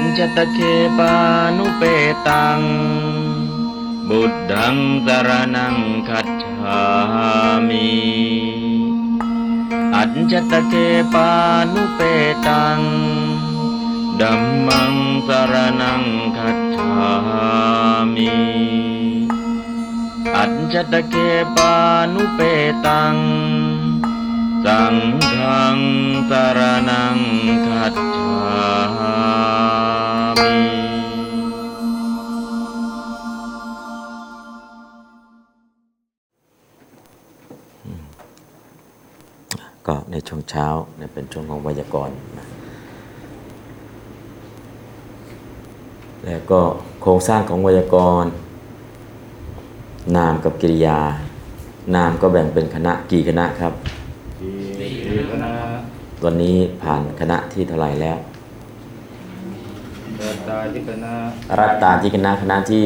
จตเคปานุเปตังบุตตังสรณังคัจฉามิอัจจตเคปานุเปตังธัมมังสรณังคัจฉามิอัจจตเคปานุเปตังสังฆังสรณังคัจฉามิก็ในช่วงเช้าเป็นช่วงของไวยากรณ์แล้วก็โครงสร้างของไวยากรณ์นามกับกริยานามก็แบ่งเป็นคณะกี่คณะครับ4 คณะตอนนี้ผ่านคณะที่เท่าไหร่แล้วรัตตาธิคณะคณะที่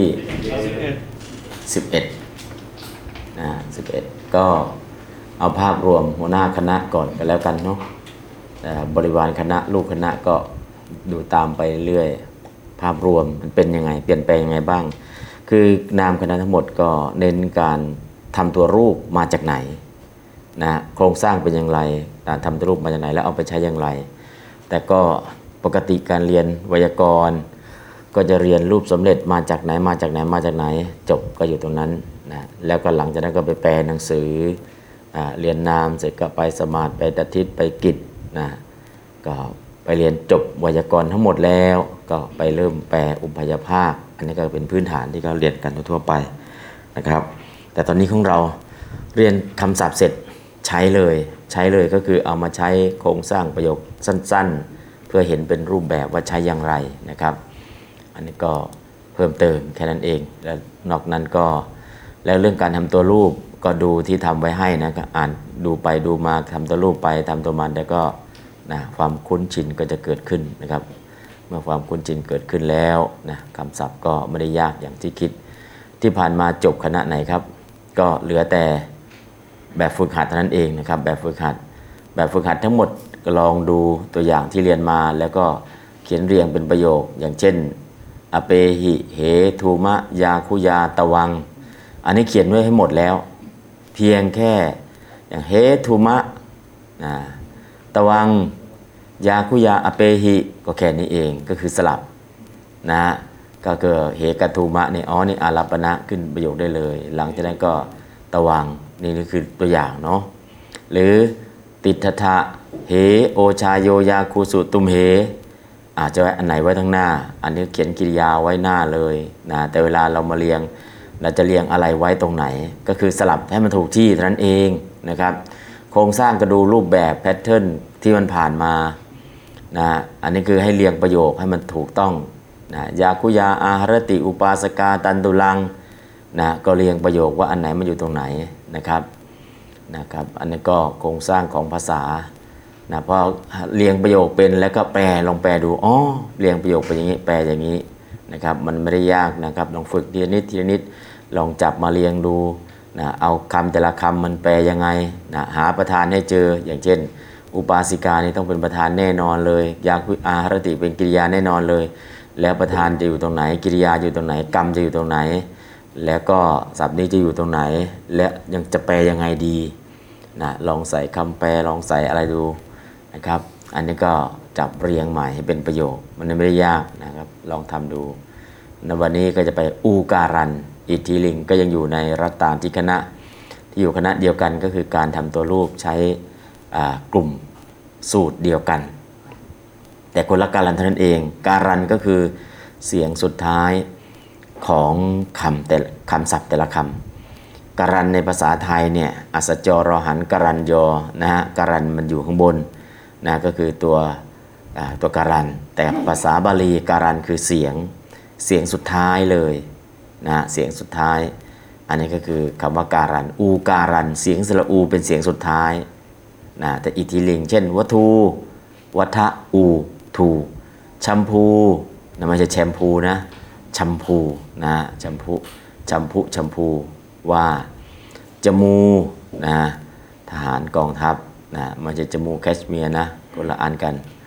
11นะ11ก็เอาภาพรวมหัวหน้าคณะก่อนกันแล้วกันเนาะแต่บริวารคณะลูกคณะก็ดูตามไปเรื่อยภาพรวมมันเป็นยังไงเปลี่ยนแปลงยังไงบ้างคือนามคณะทั้งหมดก็เน้นการทำตัวรูปมาจากไหนนะโครงสร้างเป็นอย่างไรการทำตัวรูปมาจากไหนแล้วเอาไปใช้อย่างไรแต่ก็ปกติการเรียนไวยากรณ์ก็จะเรียนรูปสำเร็จมาจากไหนจบก็อยู่ตรงนั้นนะแล้วก็หลังจากนั้นก็ไปแปลหนังสือเรียนนามเสร็จก็ไปสมาธิไปตทิฏไปกิจนะก็ไปเรียนจบไวยากรณ์ทั้งหมดแล้วก็ไปเริ่มแปลอุปยภาคอันนี้ก็เป็นพื้นฐานที่เราเรียนกันทั่วไปนะครับแต่ตอนนี้ของเราเรียนคำศัพท์เสร็จใช้เลยก็คือเอามาใช้โครงสร้างประโยคสั้นๆเพื่อเห็นเป็นรูปแบบว่าใช้อย่างไรนะครับอันนี้ก็เพิ่มเติมแค่นั้นเองแล้วนอกนั้นก็แล้วเรื่องการทำตัวรูปก็ดูที่ทำไว้ให้นะก็อ่านดูไปดูมาทำตัวรูปไปทำตัวมันแล้วก็นะความคุ้นชินก็จะเกิดขึ้นนะครับเมื่อความคุ้นชินเกิดขึ้นแล้วนะคำศัพท์ก็ไม่ได้ยากอย่างที่คิดที่ผ่านมาจบคณะไหนครับก็เหลือแต่แบบฝึกหัดเท่านั้นเองนะครับแบบฝึกหัดทั้งหมดก็ลองดูตัวอย่างที่เรียนมาแล้วก็เขียนเรียงเป็นประโยคอย่างเช่นอเปหิเหทูมะยาคุยาตวังอันนี้เขียนไว้ให้หมดแล้วเพียงแค่อย่างเหทูมะตวังยาคุยาอเปหิก็แค่นี้เองก็คือสลับนะก็เกิดเหกทูมะนี่นี่อารัปณะขึ้นประโยคได้เลยหลังจากนั้นก็ตวังนี่คือตัวอย่างเนาะหรือติทธะเหโอชาโยยาคูสุตุมเหอาจจะไว้อันไหนไว้ทั้งหน้าอันนี้เขียนกริยาไว้หน้าเลยนะแต่เวลาเรามาเรียงเราจะเรียงอะไรไว้ตรงไหนก็คือสลับให้มันถูกที่เท่านั้นเองนะครับโครงสร้างก็ดูรูปแบบแพทเทิร์นที่มันผ่านมานะอันนี้คือให้เรียงประโยคให้มันถูกต้องนะยาคุยาอาหารติอุปาสกาตันตุลังนะก็เรียงประโยคว่าอันไหนมันอยู่ตรงไหนนะครับอันนี้ก็โครงสร้างของภาษานะพอเรียงประโยคเป็นแล้วก็แปลลองแปลดูเรียงประโยคเป็นอย่างนี้แปลอย่างนี้นะครับมันไม่ได้ยากนะครับลองฝึกทีละนิดลองจับมาเรียงดูนะเอาคำแต่ละคำมันแปลยังไงนะหาประธานให้เจออย่างเช่นอุปาสิกานี่ต้องเป็นประธานแน่นอนเลยยาคุอาหารติเป็นกริยาแน่นอนเลยแล้วประธานจะอยู่ตรงไหนกริยาอยู่ตรงไหนกรรมจะอยู่ตรงไหนแล้วก็ศัพท์นี้จะอยู่ตรงไหนและยังจะแปลยังไงดีนะลองใส่คำแปลลองใส่อะไรดูนะครับอันนี้ก็จับเรียงใหม่ให้เป็นประโยคมันไม่ได้ยากนะครับลองทำดูในวันนี้ก็จะไปอูการันอิทธิลิงก็ยังอยู่ในรัตตาธิคณะที่อยู่คณะเดียวกันก็คือการทำตัวรูปใช้กลุ่มสูตรเดียวกันแต่คนละการันเท่านั้นเองการันก็คือเสียงสุดท้ายของคำศัพท์แต่ละคำการันในภาษาไทยเนี่ยอัสจรหันการันยอนะฮะการันมันอยู่ข้างบนนะก็คือตัวการันแต่ภาษาบาลีการันคือเสียงสุดท้ายเลยนะเสียงสุดท้ายอันนี้ก็คือคำว่าการันอูการันเสียงสระอูเป็นเสียงสุดท้ายนะแต่อิทธิลิงเช่นวัตูวัฏอูทูชัมพูนะไม่ใช่แชมพูนะชัมพูนะชัมพูว่าจมูนะทหารกองทัพนะไม่ใช่จมูแคชเมียร์นะคนละอันกัน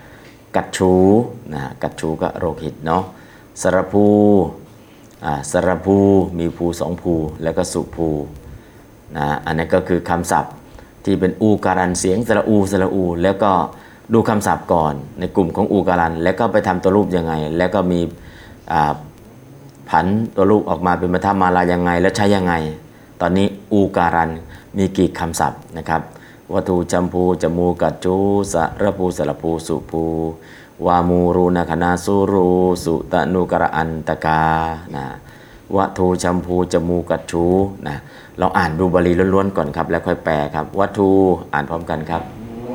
กัจฉูนะกัจฉูก็โรหิตเนาะสระภูสระภูมีภูสองภูแล้วก็สุภูนะอันนี้ก็คือคำศัพท์ที่เป็นอูการันเสียงสระอูแล้วก็ดูคำศัพท์ก่อนในกลุ่มของอูการันแล้วก็ไปทำตัวรูปยังไงแล้วก็มีผันตัวรูปออกมาเป็นมัทธมาลายังไงและใช้ยังไงตอนนี้อูการันมีกี่คำศัพท์นะครับวัตถุจำภูจมูกัจจูสระภูสระภูสุภูวามูรูนาคณาสุรูสุตนุกระอันตกานะวัตถุจำภูจมูกัจจูนะเราอ่านดูบาลีล้วนๆก่อนครับแล้วค่อยแปลครับวัตถุอ่านพร้อมกันครับ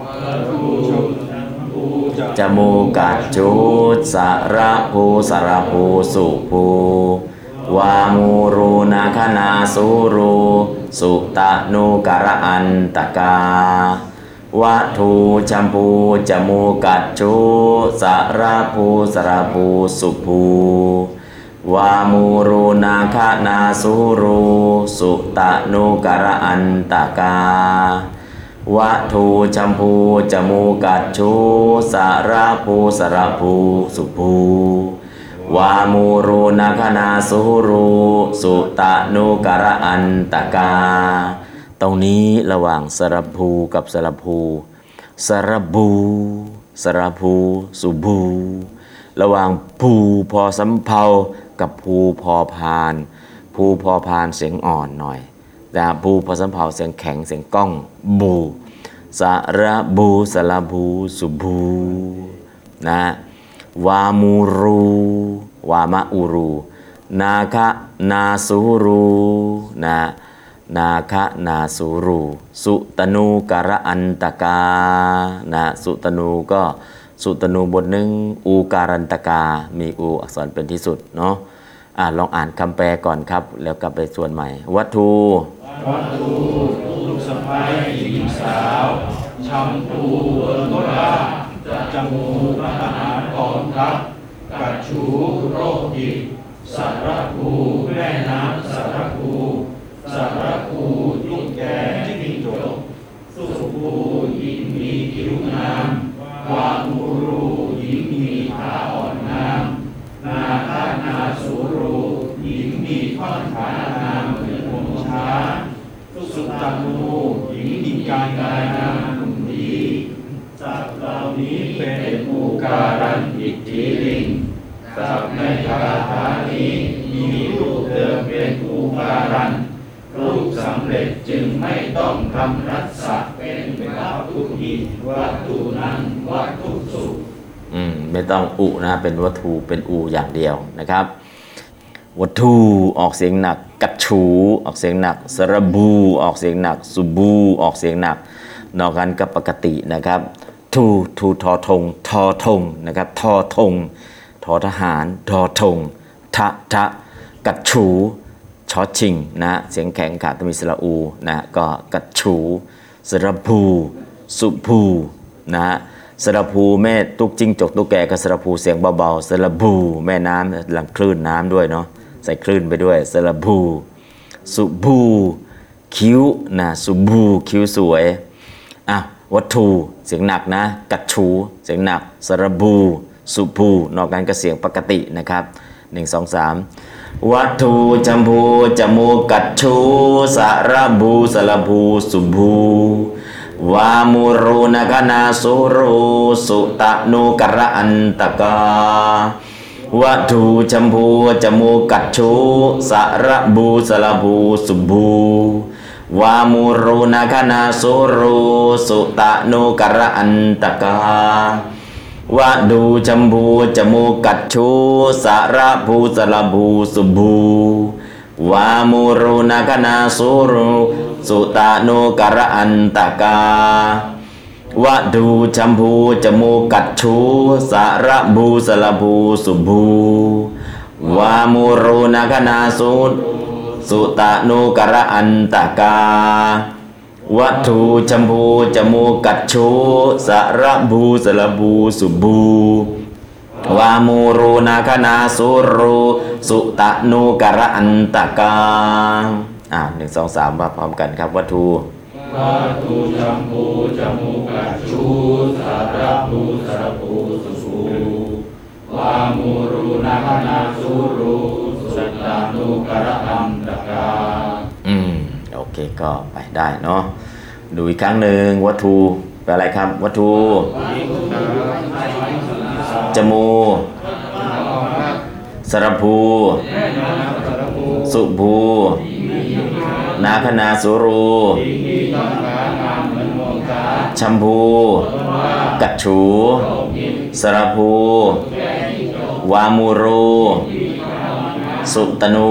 จมูกัจจูสระภูสระภูสุภูวามูรูนาคณาสุรูสุตนุกระอันตกาวัตถุจำภูจมูกัจจูสระภูสระภูสุภูวามูรูนาคณาสุรูสุตนุกระอันตกาวัตถุจำภูจมูกัจจูสระภูสระภูสุภูวามูรูนาคณาสุรูสุตนุกระอันตกาตรงนี้ระหว่างสระภูกับสระภูสระบูสระภูสุบูระหว่างภูพอสำเภากับภูพอพานภูพอพานเสียงอ่อนหน่อยแต่ภูพอสำเภาเสียงแข็งเสียงก้องบูสระบูสระบูสุบูนะวามูรูวามะอูรูนาคะนาสุรูนะนาคะนาสุรูสุตนูกระอันตกานะสุตนูก็สุตนูบทหนึ่งอูการันตกามีอูอักษรเป็นที่สุดเนาะลองอ่านคำแปลก่อนครับแล้วกลับไปส่วนใหม่วัตถุลูกสะใภ้หญิงสาวชำพูต้นราจมูกอาหารกองทัพกัจฉูโรหิตสระภูแม่น้ำสระภูสระภูลูกแกจิ้งจกสุภูหญิงมีผิวงามวามูรูหญิงมีขาอ่อนงามนาคนาสุรูหญิงมีท่อนขางามเหมือนองค์ช้างสุตนูหญิงมีการงามหุ่นดีสัตว์เหล่านี้เป็นอูการันอิทธิลิงสัตว์ในคาถานี้มีรูปเดิมเป็นอูการันรูปสำเร็จจึงไม่ต้องทำรัศะเป็นวัตถุหิวัตถุนั้นวัตถุสุไม่ต้องอุนะเป็นวัตถุเป็นอูอย่างเดียวนะครับวัตถุออกเสียงหนักกัจฉูออกเสียงหนักสระบูออกเสียงหนักสุบูออกเสียงหนักนอกกันกับปกตินะครับทูทอทงทอทงนะครับทอทงทอทหารทอทงทะกัจฉูชอชิงนะเสียงแข็งขาดต้องมีสระอูนะก็กัจฉูสระภูสุภูนะสระภูแม่ตุกจิ้งจกตุ๊กแกก็สระภูเสียงเบาๆสระบูแม่น้ำหลังคลื่นน้ำด้วยเนาะใส่คลื่นไปด้วยสระบูสุบูคิ้วนะสุบูคิ้วสวยวัตถุเสียงหนักนะกัจฉูเสียงหนักสระบูสุภูนอกนั้นก็เสียงปกตินะครับ1 2 3วัตถุจำภูจมูกกัจฉูสระบูสระภูสุบูวามูรูนาคณาสุรูสุตนุกระอันตกาวัตถุจำภูจมูกกัจฉูสระบูสระภูสุบูวามูรูนาคณาสุรูสุตนุกระอันตกาวะดูจำภูจมูกกัจฉูสระภูสระภูสุบูวามูรูนาคณาสุรูสุตนุกระอันตกาวะดูจำภูจมูกกัจฉูสระภูสระภูสุบูวามูรูนาคณาสุตนุกระอันตกาวัตถุจำภูจมูกกัจฉูสระภูสระภูสุบูวามูรูนาคณาสุรูสุตนุกระอันตกา1 2 3ว่าพร้อมกันครับวัตถุจำภูจมูกกัจฉูสระภูสระภูสุบูวามูรุนาคนาสุรุสัตตานุกระอันตกาโอเคก็ไปได้เนาะดูอีกครั้งหนึ่งวัตถุแปลอะไรครับวัตถุจมูสรภูสุภูนาคนาสุรูชัมพูกัจฉูสรภูวามูรูสุตนู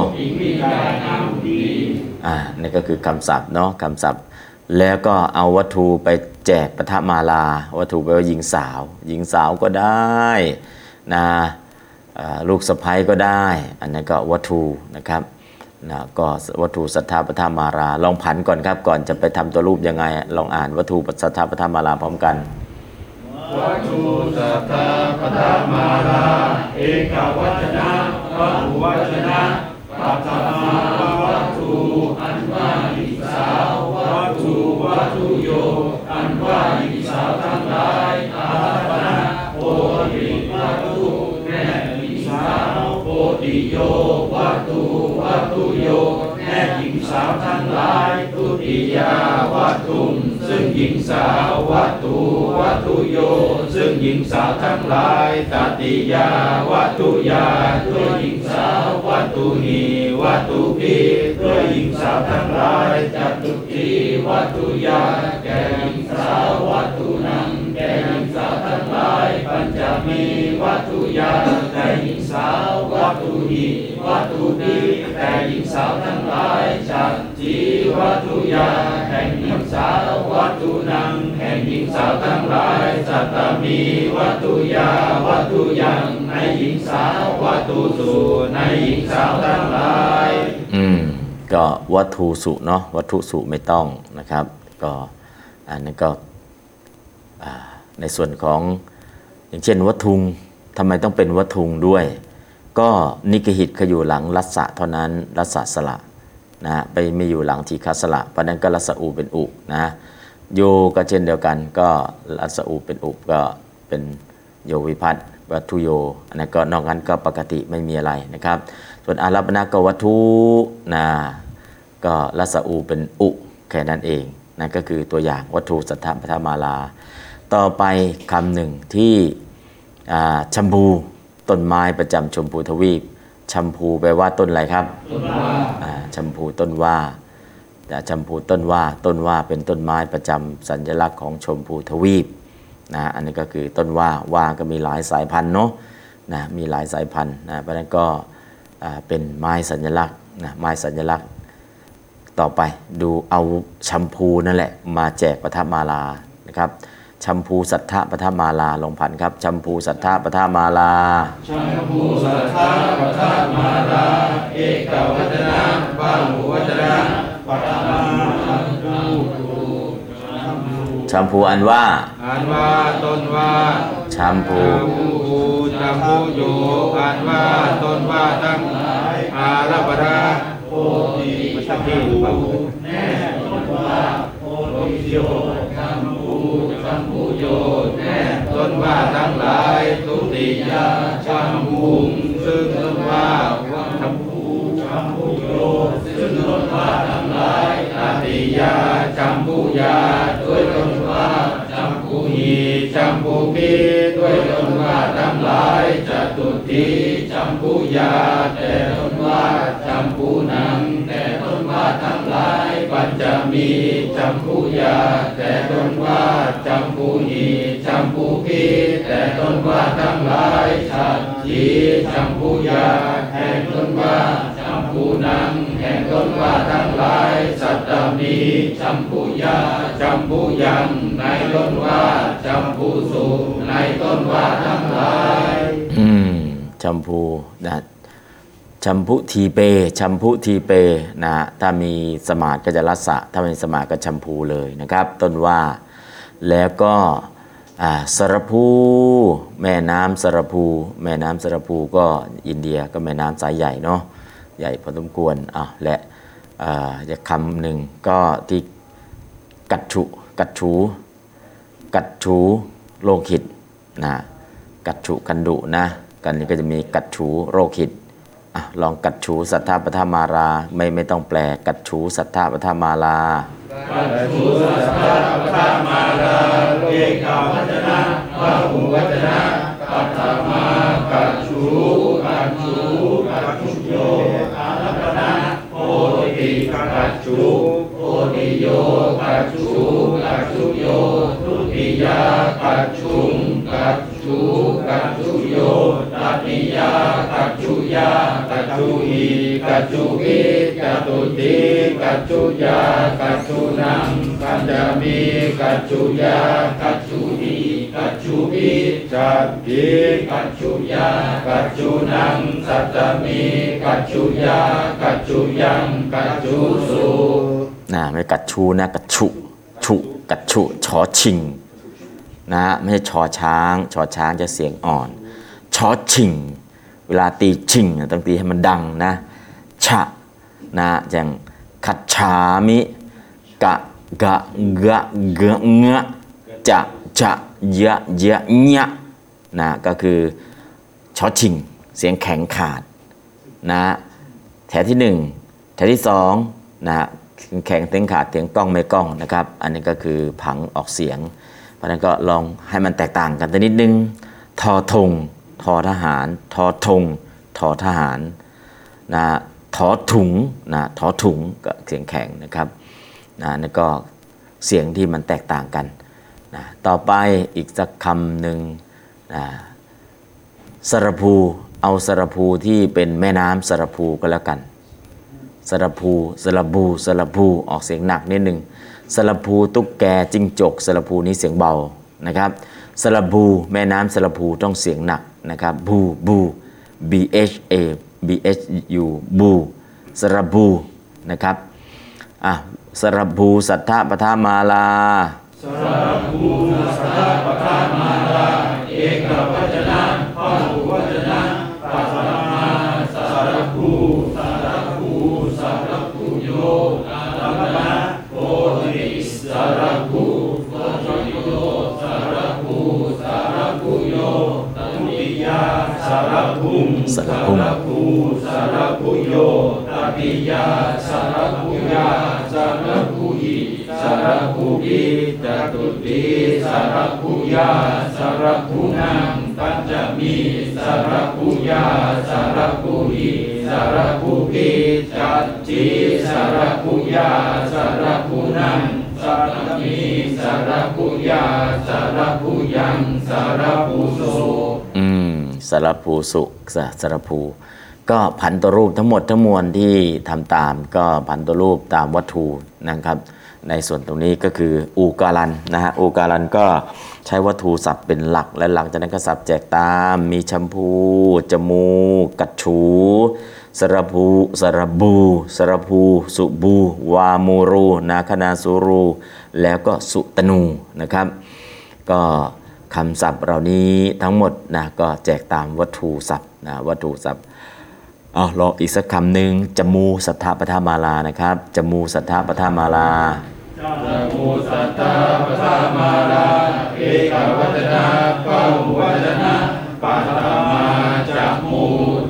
นี่ก็คือคำศัพท์เนาะคำศัพท์แล้วก็เอาวัตถุไปแจกปฐมาลาวัตถุแปลว่าหญิงสาวหญิงสาวก็ได้นะลูกสะใภ้ก็ได้อันนั้นก็วัตถุนะครับนะก็วัตถุสัทธาปฐมาราลองผันก่อนครับก่อนจะไปทำตัวรูปยังไงลองอ่านวัตถุสัทธาปฐมาราพร้อมกันวัตถุสัทธาปฐมาราเอกวัจนะวัตถุวัจนะปัตตมาวัตถุอันว่าหญิงสาววัตถุวัตถุโยอันว่าหญิงสาวทั้งหลายอาปนะโพธิวัตถุแม่หญิงสาวโพธิโยวัตถุวัตถุโยแม่หญิงสาวทั้งหลายทุติยาวัตถุซึ่งหญิงสาววัตถุวัตถุโยซึ่งหญิงสาวทั้งหลายตติยาวัตถุยาด้วยหญิงสาววัตถุหีวัตถุพีด้วยหญิงสาวทั้งหลายจตุทีวัตถุยาแก่หญิงสาววัตถุนังแก่หญิงสาวทั้งหลายปัญจมีวัตถุยาแต่หญิงสาววัตถุหีวัตถุพีแต่หญิงสาวทั้งหลายจัตติวัตถุยาแห่งหญิงสาววัตถุนังแห่งหญิงสาวทั้งหลายสัตตมีวัตถุยาวัตถุยังในหญิงสาววัตถุสุในหญิงสาวทั้งหลายก็วัตถุสุเนาะวัตถุสุไม่ต้องนะครับก็อันนั้นก็ในส่วนของอย่างเช่นวัตถุงทำไมต้องเป็นวัตถุงด้วยก็นิกหิตเขาอยู่หลังรัศะเท่านั้นรัศสละนะไปไม่อยู่หลังทีฆสละเพราะนั้นก็รัศอูเป็นอุนะโยก็เช่นเดียวกันก็รัศอูเป็นอุก็เป็นโยวิพัตวัตถุโยอันนั้นก็นอกนั้นก็ปกติไม่มีอะไรนะครับส่วนอารัปนาก็วัตถุนะก็รัศอูเป็นอุแค่นั้นเองนั่นก็คือตัวอย่างวัตถุสัทธปฐมาลาต่อไปคำหนึ่งที่ชัมพูต้นไม้ประจำชมพูทวีปชัมพูแปลว่าต้นอะไรครับต้นว่าชัมพูต้นว่าชัมพูต้นว่าเป็นต้นไม้ประจำสัญลักษณ์ของชมพูทวีปนะอันนี้ก็คือต้นว่าก็มีหลายสายพันธุ์เนาะนะมีหลายสายพันธุ์นะเพราะฉะนั้นก็เป็นไม้สัญลักษณ์นะไม้สัญลักษณ์ต่อไปดูเอาชัมพูนั่นแหละมาแจกปฐมาลานะครับชัมพูสัทธปฐมาลาลงผันครับชัมพูสัทธปฐมาลาชัมพูสัทธปฐมาลาเอกวัจนะบาหุวัจนะปัตตมาชัมพูอันว่าต้นว่าชัมพูชัมพูโยอันว่าต้นว่าตั้งอารัปนาโพธิชัมพูแน่ต้นว่าโพธิโยชัมพูโยแน่ต้นว่าทั้งหลายทุติยาชัมพูซึ่งต้นว่าชัมพูโยซึ่งต้นว่าทั้งหลายตติยาชัมพูยาด้วยต้นว่าชัมพูหีชัมพูพีด้วยต้นว่าทั้งหลายจตุทีชัมพูยาแต่ต้นว่าชัมพูนังแต่ต้นว่าทั้งหลายปัญจมีชัมพูยาแต่ต้นว่าชัมพูหีชัมพูพีแต่ต้นว่าทั้งหลายฉัตถีชัมพูยาแห่งต้นว่าชัมพูนังแห่งต้นว่าทั้งหลายสัตตมีชัมพูยาชัมพูยังในต้นว่าชัมพูสุในต้นว่าทั้งหลายชัมพูนะชัมพุทีเปชัมพุทีเปนะถ้ามีสมาธิก็จะรัสสะถ้าไม่มีสมาธิก็ชัมพูเลยนะครับต้นว่าแล้วก็สรภูแม่น้ำสรภูแม่น้ำสรภูก็อินเดียก็แม่น้ำสายใหญ่เนาะใหญ่พอสมควรและอีกคำหนึ่งก็ที่กัจฉูโลหิตนะกัจฉุกันดุนะกันนี้ก็จะมีกัจฉูโรคหิตลองกัจฉูสัทธาปทามาราไม่ต้องแปลกัจฉูสัทธาปทามารากัจฉุสัทธาปทามาราเอกาวัจนะพหุวัจนะปัตตมากัจฉุกัจฉุโยอารัปนะโพธิกัจฉุโพธิโยกัจฉุโยทุติยากัจฉุกัจฉุโยตติยากัจฉุยากัจฉุอีกัจฉุอิกัจตุติกัจฉุยากัจฉุนังปัญจมีกัจฉุยากัจฉุอีกัจฉุอิจัตติกัจฉุยากัจฉุนังสัตตมีกัจฉุยากัจฉุยังกัจฉุสุไม่กัจฉูนะกัจฉุกัจฉุชอชิงไม่ใช่ชอช้างจะเสียงอ่อนชอชิงเวลาตีชิงต้องตีให้มันดังนะฉะอย่างคัจฉามิกะกะกะเกะเงะจะยะเงะก็คือชอชิงเสียงแข็งขาดแถวที่1แถวที่2แข็งเสียงขาดเสียงก้องไม่ก้องนะครับอันนี้ก็คือผังออกเสียงเพราะนั้นก็ลองให้มันแตกต่างกันนิดนึงทอธงทอทหารทอธงทอทหารทอถุงทอถุงก็เสียงแข็งนะครับนั่นก็เสียงที่มันแตกต่างกันต่อไปอีกสักคำหนึ่งสระภูเอาสระภูที่เป็นแม่น้ำสระภูก็แล้วกันสระภูออกเสียงหนักนิดนึงสระภูตุ๊กแกจิ้งจกสระภูนี้เสียงเบานะครับสระภูแม่น้ำสระภูต้องเสียงหนักนะครับบู BHU บูสระภูนะครับสระภูสัทธปทามาลาสระภูสัทธปทามาลาเอกวัจนะพหุวัจนะปัตตมาสระภูโยอารัปนะโพธิสระภูโยสระภูโยทุติยาสระภูสระภูโยตติยาสระภูยาสระภูอิสระภูอิจตุติสระภูยาสระภูนังปัญจมีสระภูยาสระภูอิสระภูอิจัตติสระภูยาสระภูนังสัตตมีสระภูยาสระภูยังสระภูโสสระภูสุสระภูก็พันตัวรูปทั้งหมดทั้งมวลที่ทำตามก็พันตัวรูปตามวัตถุนะครับในส่วนตรงนี้ก็คืออูการันอูการันก็ใช้วัตถุศัพท์เป็นหลักและหลังจากนั้นก็ศัพท์แจกตามมีชัมพูจมูกกัจฉูสระภูสุบูวามูรูนาคนาสุรูแล้วก็สุตนูนะครับก็คำศัพท์เหล่านี้ทั้งหมดก็แจกตามวัตถุศัพท์วัตถุศัพท์ลองอีกสักคำหนึ่งจมูสัทธปทามาลานะครับจมูสัทธปทามาลาจมูสัทธปทามาลาเอกวัจนะพหุวัจนะปัตตมาจักมู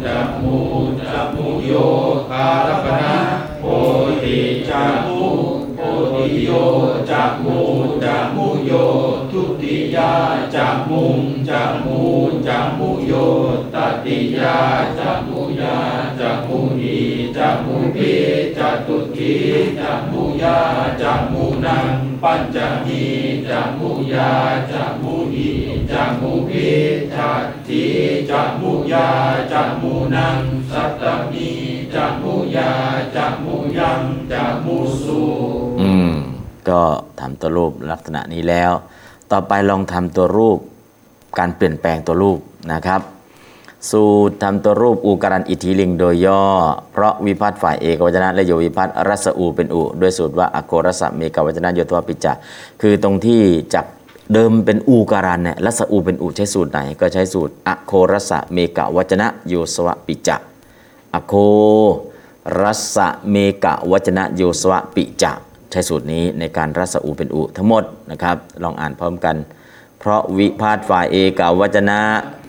โยคารัปนะโพธิจักมูโพธิโยจักมูโยทุติยาจักมูโยตติยาจักมูยาจักมูอีจักมูปิจัตุติจักมูยาจักมูนังปัญจมีจักมูยาจักมูอีจักมูปิจัตติจักมูยาจักมูนังสัตตมีจักมูยาจักมูยังจักมูสุก็ทำตัวรูปลักษณะนี้แล้วต่อไปลองทำตัวรูปการเปลี่ยนแปลงตัวรูปนะครับสูตรทำตัวรูปอูการันอิทธิลิงโดยย่อเพราะวิภัตฝ่ายเอกวจนะและโยวิภัตรัสอูเป็นอุด้วยสูตรว่าอโครสเมกวจนะโยตวปิจจะคือตรงที่จากเดิมเป็นอูการันเนี่ยรัสอูเป็นอุใช้สูตรไหนก็ใช้สูตรอโครสเมกวจนะโยสวปิจจะอโครสเมกวจนะโยสวปิจจะใช้สูตรนี้ในการรัสอูเป็นอุทั้งหมดนะครับลองอ่านพร้อมกันเพราะวิภัตฝ่ายเอกวจนะ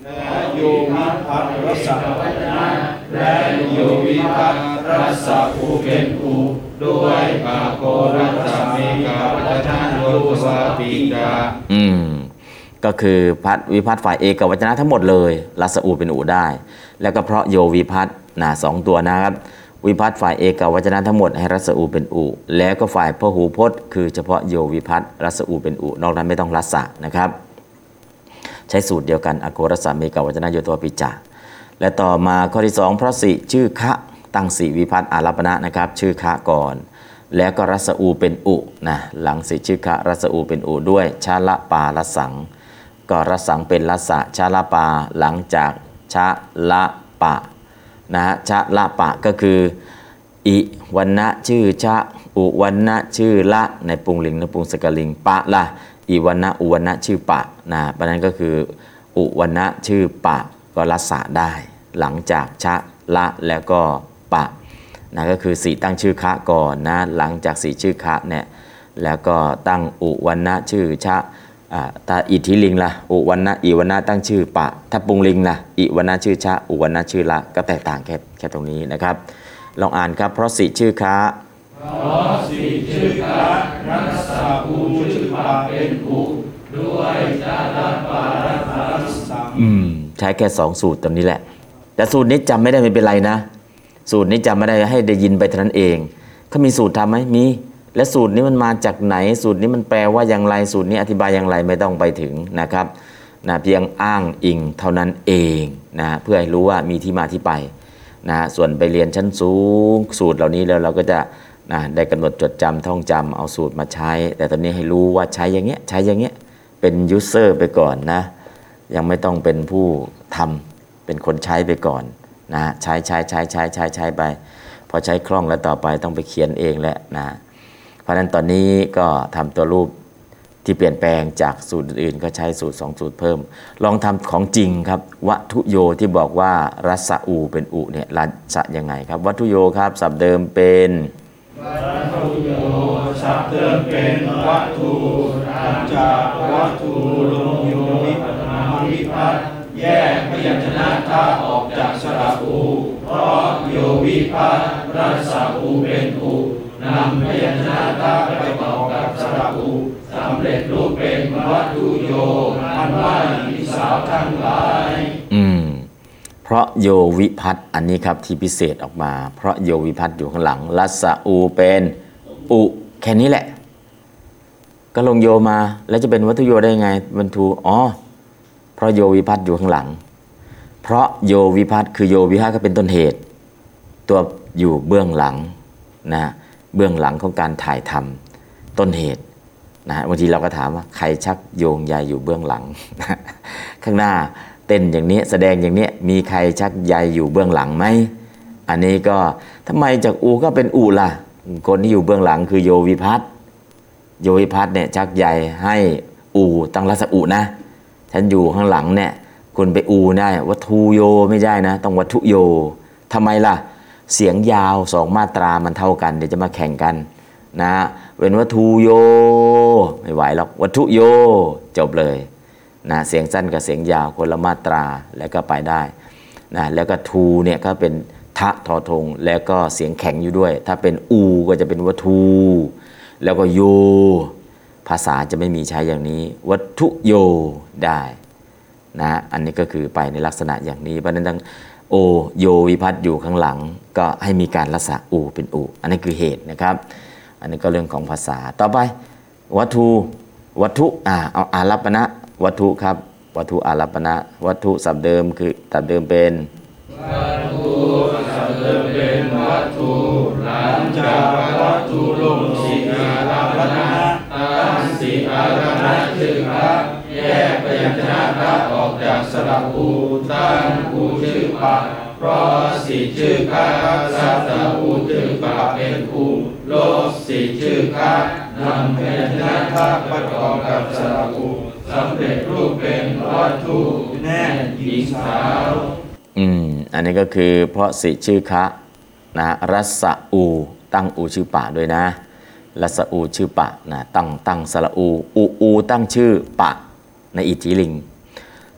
และโยวิภัตรัสสะวัจนะและโยวิภัตรัสสะอูเป็นอูด้วยอาโกรัสสะเมกาวัจนะโยสาปิกาก็คือพัดวิพัฒน์ฝ่ายเอกวจนะทั้งหมดเลยรัสอูเป็นอูได้แล้วก็เพราะโยวิพัฒน์สองตัวนะครับวิพัฒน์ฝ่ายเอกวจนะทั้งหมดให้รัสอูเป็นอูแล้วก็ฝ่ายพหูพจน์คือเฉพาะโยวิพัฒน์รัสอูเป็นอูนอกนั้นไม่ต้องรัสสะนะครับใช้สูตรเดียวกันอโกรัสสะเมกวจนะโยตัวปิจาและต่อมาข้อที่2เพราะสิชื่อคะตั้งสิวิพัฒน์อารัปณะนะครับชื่อคะก่อนแล้วก็รัสอูเป็นอุนะหลังสิชื่อคะรัสอูเป็นอูด้วยชาละปารัสสังก็รัสสังเป็นรัสสะชาละปาหลังจากชาละปะนะฮะชาละปะก็คืออิวันนะชื่อชะอุวันนะชื่อละในปุงลิงในปุงสกลิงปะละอิวันนะอุวันนะชื่อปะนะเพราะนั้นก็คืออุวันนะชื่อปะก็รัสสะได้หลังจากชะละแล้วก็ปะนะก็คือสีตั้งชื่อคะก่อนนะหลังจากสีชื่อคะเนี่ยแล้วก็ตั้งอุวันนะชื่อชะถ้าอิทธิลิงล่ะอุวันนะอิวันนะตั้งชื่อปะถ้าปุงลิงล่ะอิวันนะชื่อชะอุวันนะชื่อละก็แตกต่างแค่ตรงนี้นะครับลองอ่านครับเพราะสีชื่อคะเพราะสิชื่อคะรัสสะอูชื่อปะเป็นอุด้วยชาละปารัสสังใช้แค่2สูตรตรงนี้แหละแต่สูตรนี้จำไม่ได้ไม่เป็นไรนะสูตรนี้จำไม่ได้ให้ได้ยินไปเท่านั้นเองเขามีสูตรทำไหมมีและสูตรนี้มันมาจากไหนสูตรนี้มันแปลว่าอย่างไรสูตรนี้อธิบายอย่างไรไม่ต้องไปถึงนะครับเพียงอ้างอิงเท่านั้นเองนะเพื่อให้รู้ว่ามีที่มาที่ไปนะส่วนไปเรียนชั้นสูงสูตรเหล่านี้แล้วเราก็จะได้กำหนดจดจำท่องจำเอาสูตรมาใช้แต่ตอนนี้ให้รู้ว่าใช้อย่างเงี้ยใช้อย่างเงี้ยเป็นยูเซอร์ไปก่อนนะยังไม่ต้องเป็นผู้ทำเป็นคนใช้ไปก่อนนะใช้ไปพอใช้คล่องแล้วต่อไปต้องไปเขียนเองแหละนะเพราะฉะนั้นตอนนี้ก็ทำตัวรูปที่เปลี่ยนแปลงจากสูตรอื่นก็ใช้สูตร2สูตรเพิ่มลองทำของจริงครับวัตถุโยที่บอกว่ารัสสะอูเป็นอุเนี่ยรัสสะยังไงครับวัตถุโยครับศัพท์เดิมเป็นวัตถุโยศัพท์เดิมเป็นวัตถุจากวัตถุลงโยวิภัตแยกพยัญชนะท่าออกจากสระอูเพราะโยวิภัตรัสสะอูเป็นอูนำพยัญชนะท่าไปต่อกับสระอูสำเร็จรูปเป็นวัตถุโยอันว่าหญิงสาวทั้งหลายเพราะโยวิภัตอันนี้ครับที่พิเศษออกมาเพราะโยวิภัตอยู่ข้างหลังรัสสะอูเป็นอุแค่นี้แหละก็ลงโยมาแล้วจะเป็นวัตถุโยได้ไงบรรทุเพราะโยวิภัตอยู่ข้างหลังเพราะโยวิภัตคือโยวิภัตก็เป็นต้นเหตุตัวอยู่เบื้องหลังนะเบื้องหลังของการถ่ายทำต้นเหตุนะบางทีเราก็ถามว่าใครชักโยงใยอยู่เบื้องหลัง ข้างหน้าเต้นอย่างนี้แสดงอย่างนี้มีใครชักใยอยู่เบื้องหลังไหมอันนี้ก็ทำไมจากอูก็เป็นอูล่ะคนที่อยู่เบื้องหลังคือโยวิภัตโยวิภัตเนี่ยชักใยให้อูตั้งรัสอูนะฉันอยู่ข้างหลังเนี่ยคุณไปอูได้วัตถุโยไม่ได้นะต้องวัตถุโยทำไมล่ะเสียงยาว2มาตรามันเท่ากันเดี๋ยวจะมาแข่งกันนะเป็นวัตถุโยไม่ไหวหรอกวัตถุโยจบเลยนะเสียงสั้นกับเสียงยาวคนละมาตราแล้วก็ไปได้นะแล้วก็ทูเนี่ยก็เป็นทะทอทงแล้วก็เสียงแข็งอยู่ด้วยถ้าเป็นอูก็จะเป็นวัตถุแล้วก็โยภาษาจะไม่มีใช้อย่างนี้วัตถุโยได้นะอันนี้ก็คือไปในลักษณะอย่างนี้เพราะฉะนั้นโอโยวิภัตอยู่ข้างหลังก็ให้มีการรัสสะอูเป็นอูอันนี้คือเหตุนะครับอันนี้ก็เรื่องของภาษาต่อไปวัตถุเอาอารัปปณะวัตถุครับวัตถุอารัปปณะวัตถุศัพท์เดิมคือศัพท์เดิมเป็นวัตถุศัพท์เดิมเป็นวัตถุหลังจากวัตถุลงสิอารัปปณะตั้งสิอารัปปณะชื่อครับแยกพยัญชนะท่าออกจากสระอูตั้งอูชื่อปะเพราะสิชื่อคะสัตตอูชื่อปะเป็นอูโลสิชื่อคะนำพยัญชนะท่าประกอบกับสระอูสำเร็จรูปเป็นวัตถุแน่หญิงสาวอันนี้ก็คือเพราะสิชื่อคะนะรัสสะอูตั้งอูชื่อปะด้วยนะรัสสะอูชื่อปะนะตั้งสระอูตั้งชื่อปะในอิทธิลิง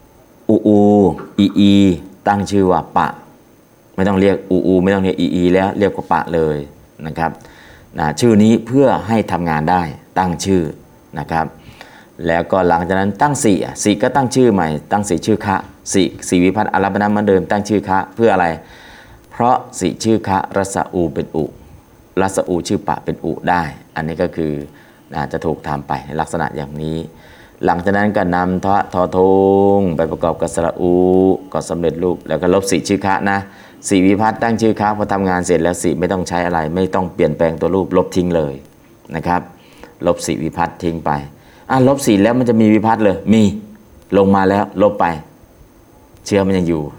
อูอูอีอีตั้งชื่อว่าปะไม่ต้องเรียกอูอูไม่ต้องเรียกอีอีแล้วเรียกว่าปะเลยนะครับชื่อนี้เพื่อให้ทำงานได้ตั้งชื่อนะครับแล้วก็หลังจากนั้นตั้งสี่ก็ตั้งชื่อใหม่ตั้งสี่ชื่อคะสี่วิภัตติอารัปปณะเหมือนเดิมตั้งชื่อคะเพื่ออะไรเพราะสี่ชื่อคะรัสอูเป็นอุรัสอูชื่อปะเป็นอุได้อันนี้ก็คือจะถูกทำไปในลักษณะอย่างนี้หลังจากนั้นก็นำทอทงไปประกอบกับสระอูก็สำเร็จรูปแล้วก็ลบสี่ชื่อคะนะสี่วิภัตติตั้งชื่อคะพอทำงานเสร็จแล้วสี่ไม่ต้องใช้อะไรไม่ต้องเปลี่ยนแปลงตัวรูปลบทิ้งเลยนะครับลบสี่วิภัตติทิ้งไปลบสี่แล้วมันจะมีวิภัตติเลยมีลงมาแล้วลบไปเชื้อมันยังอยู่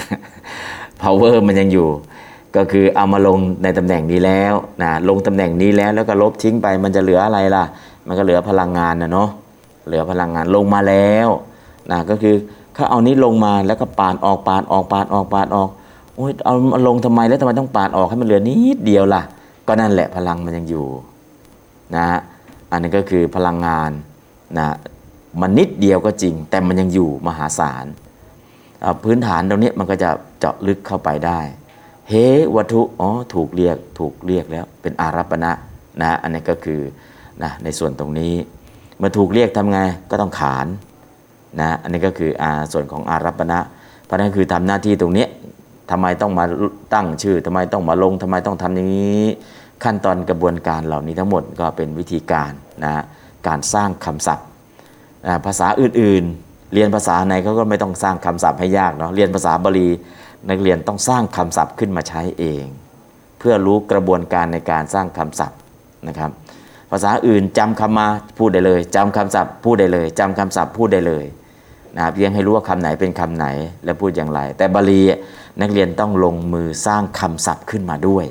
power มันยังอยู่ก็คือเอามาลงในตำแหน่งนี้แล้วลงตำแหน่งนี้แล้วก็ลบทิ้งไปมันจะเหลืออะไรล่ะมันก็เหลือพลังงานเนาะเหลือพลังงานลงมาแล้วก็คือเขาเอานี้ลงมาแล้วก็ปาดออกโอ้ยเอามาลงทำไมแล้วทำไมต้องปาดออกให้มันเหลือนิดเดียวล่ะก็นั่นแหละพลังมันยังอยู่อันนี้ก็คือพลังงานมันนิดเดียวก็จริงแต่มันยังอยู่มหาศาลพื้นฐานตรงนี้มันก็จะเจาะลึกเข้าไปได้เฮวัตถุถูกเรียกแล้วเป็นอารัปปณะอันนี้ก็คือในส่วนตรงนี้เมื่อถูกเรียกทำไงก็ต้องขานอันนี้ก็คือส่วนของอารัปปณะเพราะนั้นคือทำหน้าที่ตรงนี้ทำไมต้องมาตั้งชื่อทำไมต้องมาลงทำไมต้องทำอย่างนี้ขั้นตอนกระบวนการเหล่านี้ทั้งหมดก็เป็นวิธีการการสร้างคำศัพท์ภาษาอื่นๆเรียนภาษาไหนเขาก็ไม่ต้องสร้างคำศัพท์ให้ยากเนาะเรียนภาษาบาลีนักเรียนต้องสร้างคำศัพท์ขึ้นมาใช้เองเพื่อรู้กระบวนการในการสร้างคำศัพท์นะครับภาษาอื่นจำคำมาพูดได้เลยจำคำศัพท์พูดได้เลยจำคำศัพท์พูดได้เลยเพียงให้รู้ว่าคำไหนเป็นคำไหนและพูดอย่างไรแต่บาลีนักเรียนต้องลงมือสร้างคำศัพท์ขึ้นมาด้วย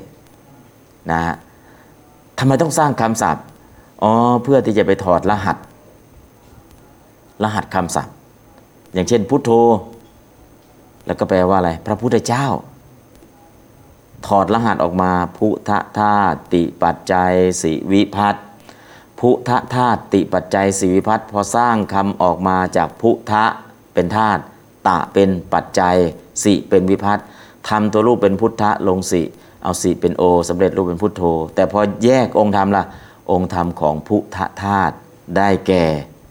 ทำไมต้องสร้างคำศัพท์เพื่อที่จะไปถอดรหัสคำศัพท์อย่างเช่นพุทโธแล้วก็แปลว่าอะไรพระพุทธเจ้าถอดรหัสออกมาพุทธธาตุติปัจจัยสิวิภัตติพุทธธาตุติปัจจัยสิวิภัตติพอสร้างคำออกมาจากพุทธะเป็นธาตุตะเป็นปัจจัยสิเป็นวิภัตติทำตัวรูปเป็นพุทธะลงสิเอาสิเป็นโอสำเร็จรูปเป็นพุทโธแต่พอแยกองค์ธรรมล่ะองค์ธรรมของพุทธธาตุได้แก่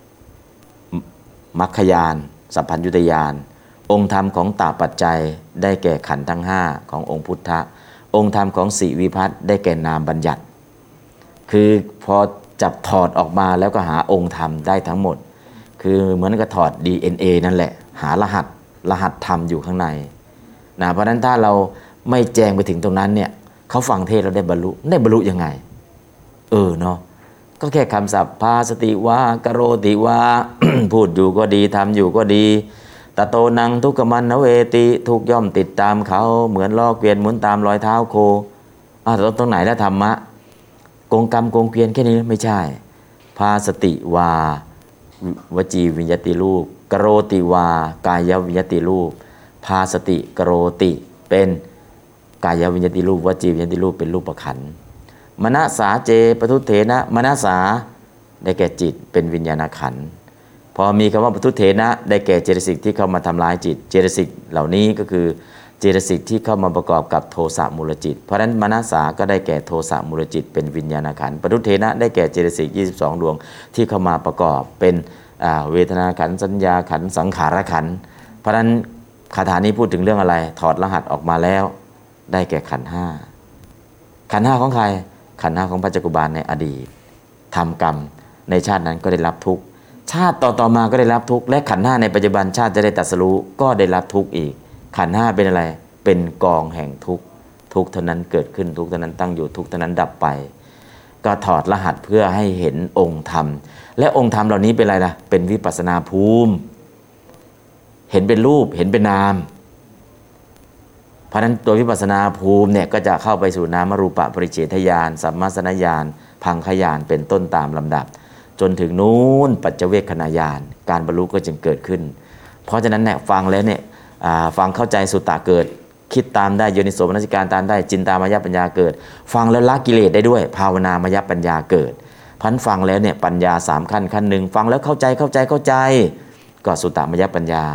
มรรคญาณสัพพัญญุตญาณองค์ธรรมของตาปัจจัยได้แก่ขันธ์ทั้ง5ขององค์พุทธะองค์ธรรมของสิวิภัตติได้แก่นามบัญญัติคือพอจับถอดออกมาแล้วก็หาองค์ธรรมได้ทั้งหมดคือเหมือนกับถอด DNA นั่นแหละหารหัสธรรมอยู่ข้างในเพราะฉะนั้นถ้าเราไม่แจงไปถึงตรงนั้นเนี่ยเขาฟังเทศเราได้บรรลุยังไงเนาะก็แค่คำศัพท์พาสติวากโรติวา พูดอยู่ก็ดีทำอยู่ก็ดีตะโตนังทุกขมันนเวติทุกย่อมติดตามเขาเหมือนล้อเกวียนหมุนตามรอยเท้าโคตรงไหนแล้วธรรมะกงกรรมกงเกวียนแค่นี้ไม่ใช่พาสติวาวจีวิญญติรูปกโรติวากายวิญญติรูปพาสติกโรติเป็นกายวิญญติรูปวจีวิญญติรูปเป็นรูปขันธ์มนสาเจปทุเถนะมนสาได้แก่จิตเป็นวิญญาณขันธ์พอมีคำว่าปทุเถนะได้แก่เจตสิกที่เข้ามาทำลายจิตเจตสิกเหล่านี้ก็คือเจตสิกที่เข้ามาประกอบกับโทสะมูลจิตเพราะฉะนั้นมนสาก็ได้แก่โทสะมูลจิตเป็นวิญญาณขันธ์ปทุเถนะได้แก่เจตสิก22ดวงที่เข้ามาประกอบเป็นเวทนาขันธ์สัญญาขันธ์สังขารขันธ์เพราะฉะนั้นคาถานี้พูดถึงเรื่องอะไรถอดรหัสออกมาแล้วได้แก่ขันธ์5ขันธ์5ของใครขันธ์5ของปัจจุบันในอดีตทำกรรมในชาตินั้นก็ได้รับทุกข์ชาติต่อมาก็ได้รับทุกข์และขันธ์5ในปัจจุบันชาติจะได้ตรัสรู้ก็ได้รับทุกข์อีกขันธ์5เป็นอะไรเป็นกองแห่งทุกข์ทุกข์เท่านั้นเกิดขึ้นทุกข์เท่านั้นตั้งอยู่ทุกข์เท่านั้นดับไปก็ถอดรหัสเพื่อให้เห็นองค์ธรรมและองค์ธรรมเหล่านี้เป็นอะไรล่ะเป็นวิปัสสนาภูมิเห็นเป็นรูปเห็นเป็นนามเพราะฉะนั้นตัววิปัสสนาภูมิเนี่ยก็จะเข้าไปสู่นามรูปปริเฉทญาณสัมมาสนญาณพังคญาณเป็นต้นตามลำดับจนถึงนู้นปัจเจเวคขณญาณการบรรลุก็จึงเกิดขึ้นเพราะฉะนั้นเนี่ยฟังแล้วเนี่ยฟังเข้าใจสุตตะเกิดคิดตามได้โยนิโสมนสิการตามได้จินตามายปัญญาเกิดฟังแล้วละกิเลสได้ด้วยภาวนามายปัญญาเกิดพันฟังแล้วเนี่ยปัญญา3ขั้นหนึ่งฟังแล้วเข้าใจก็สุตตมายปัญญา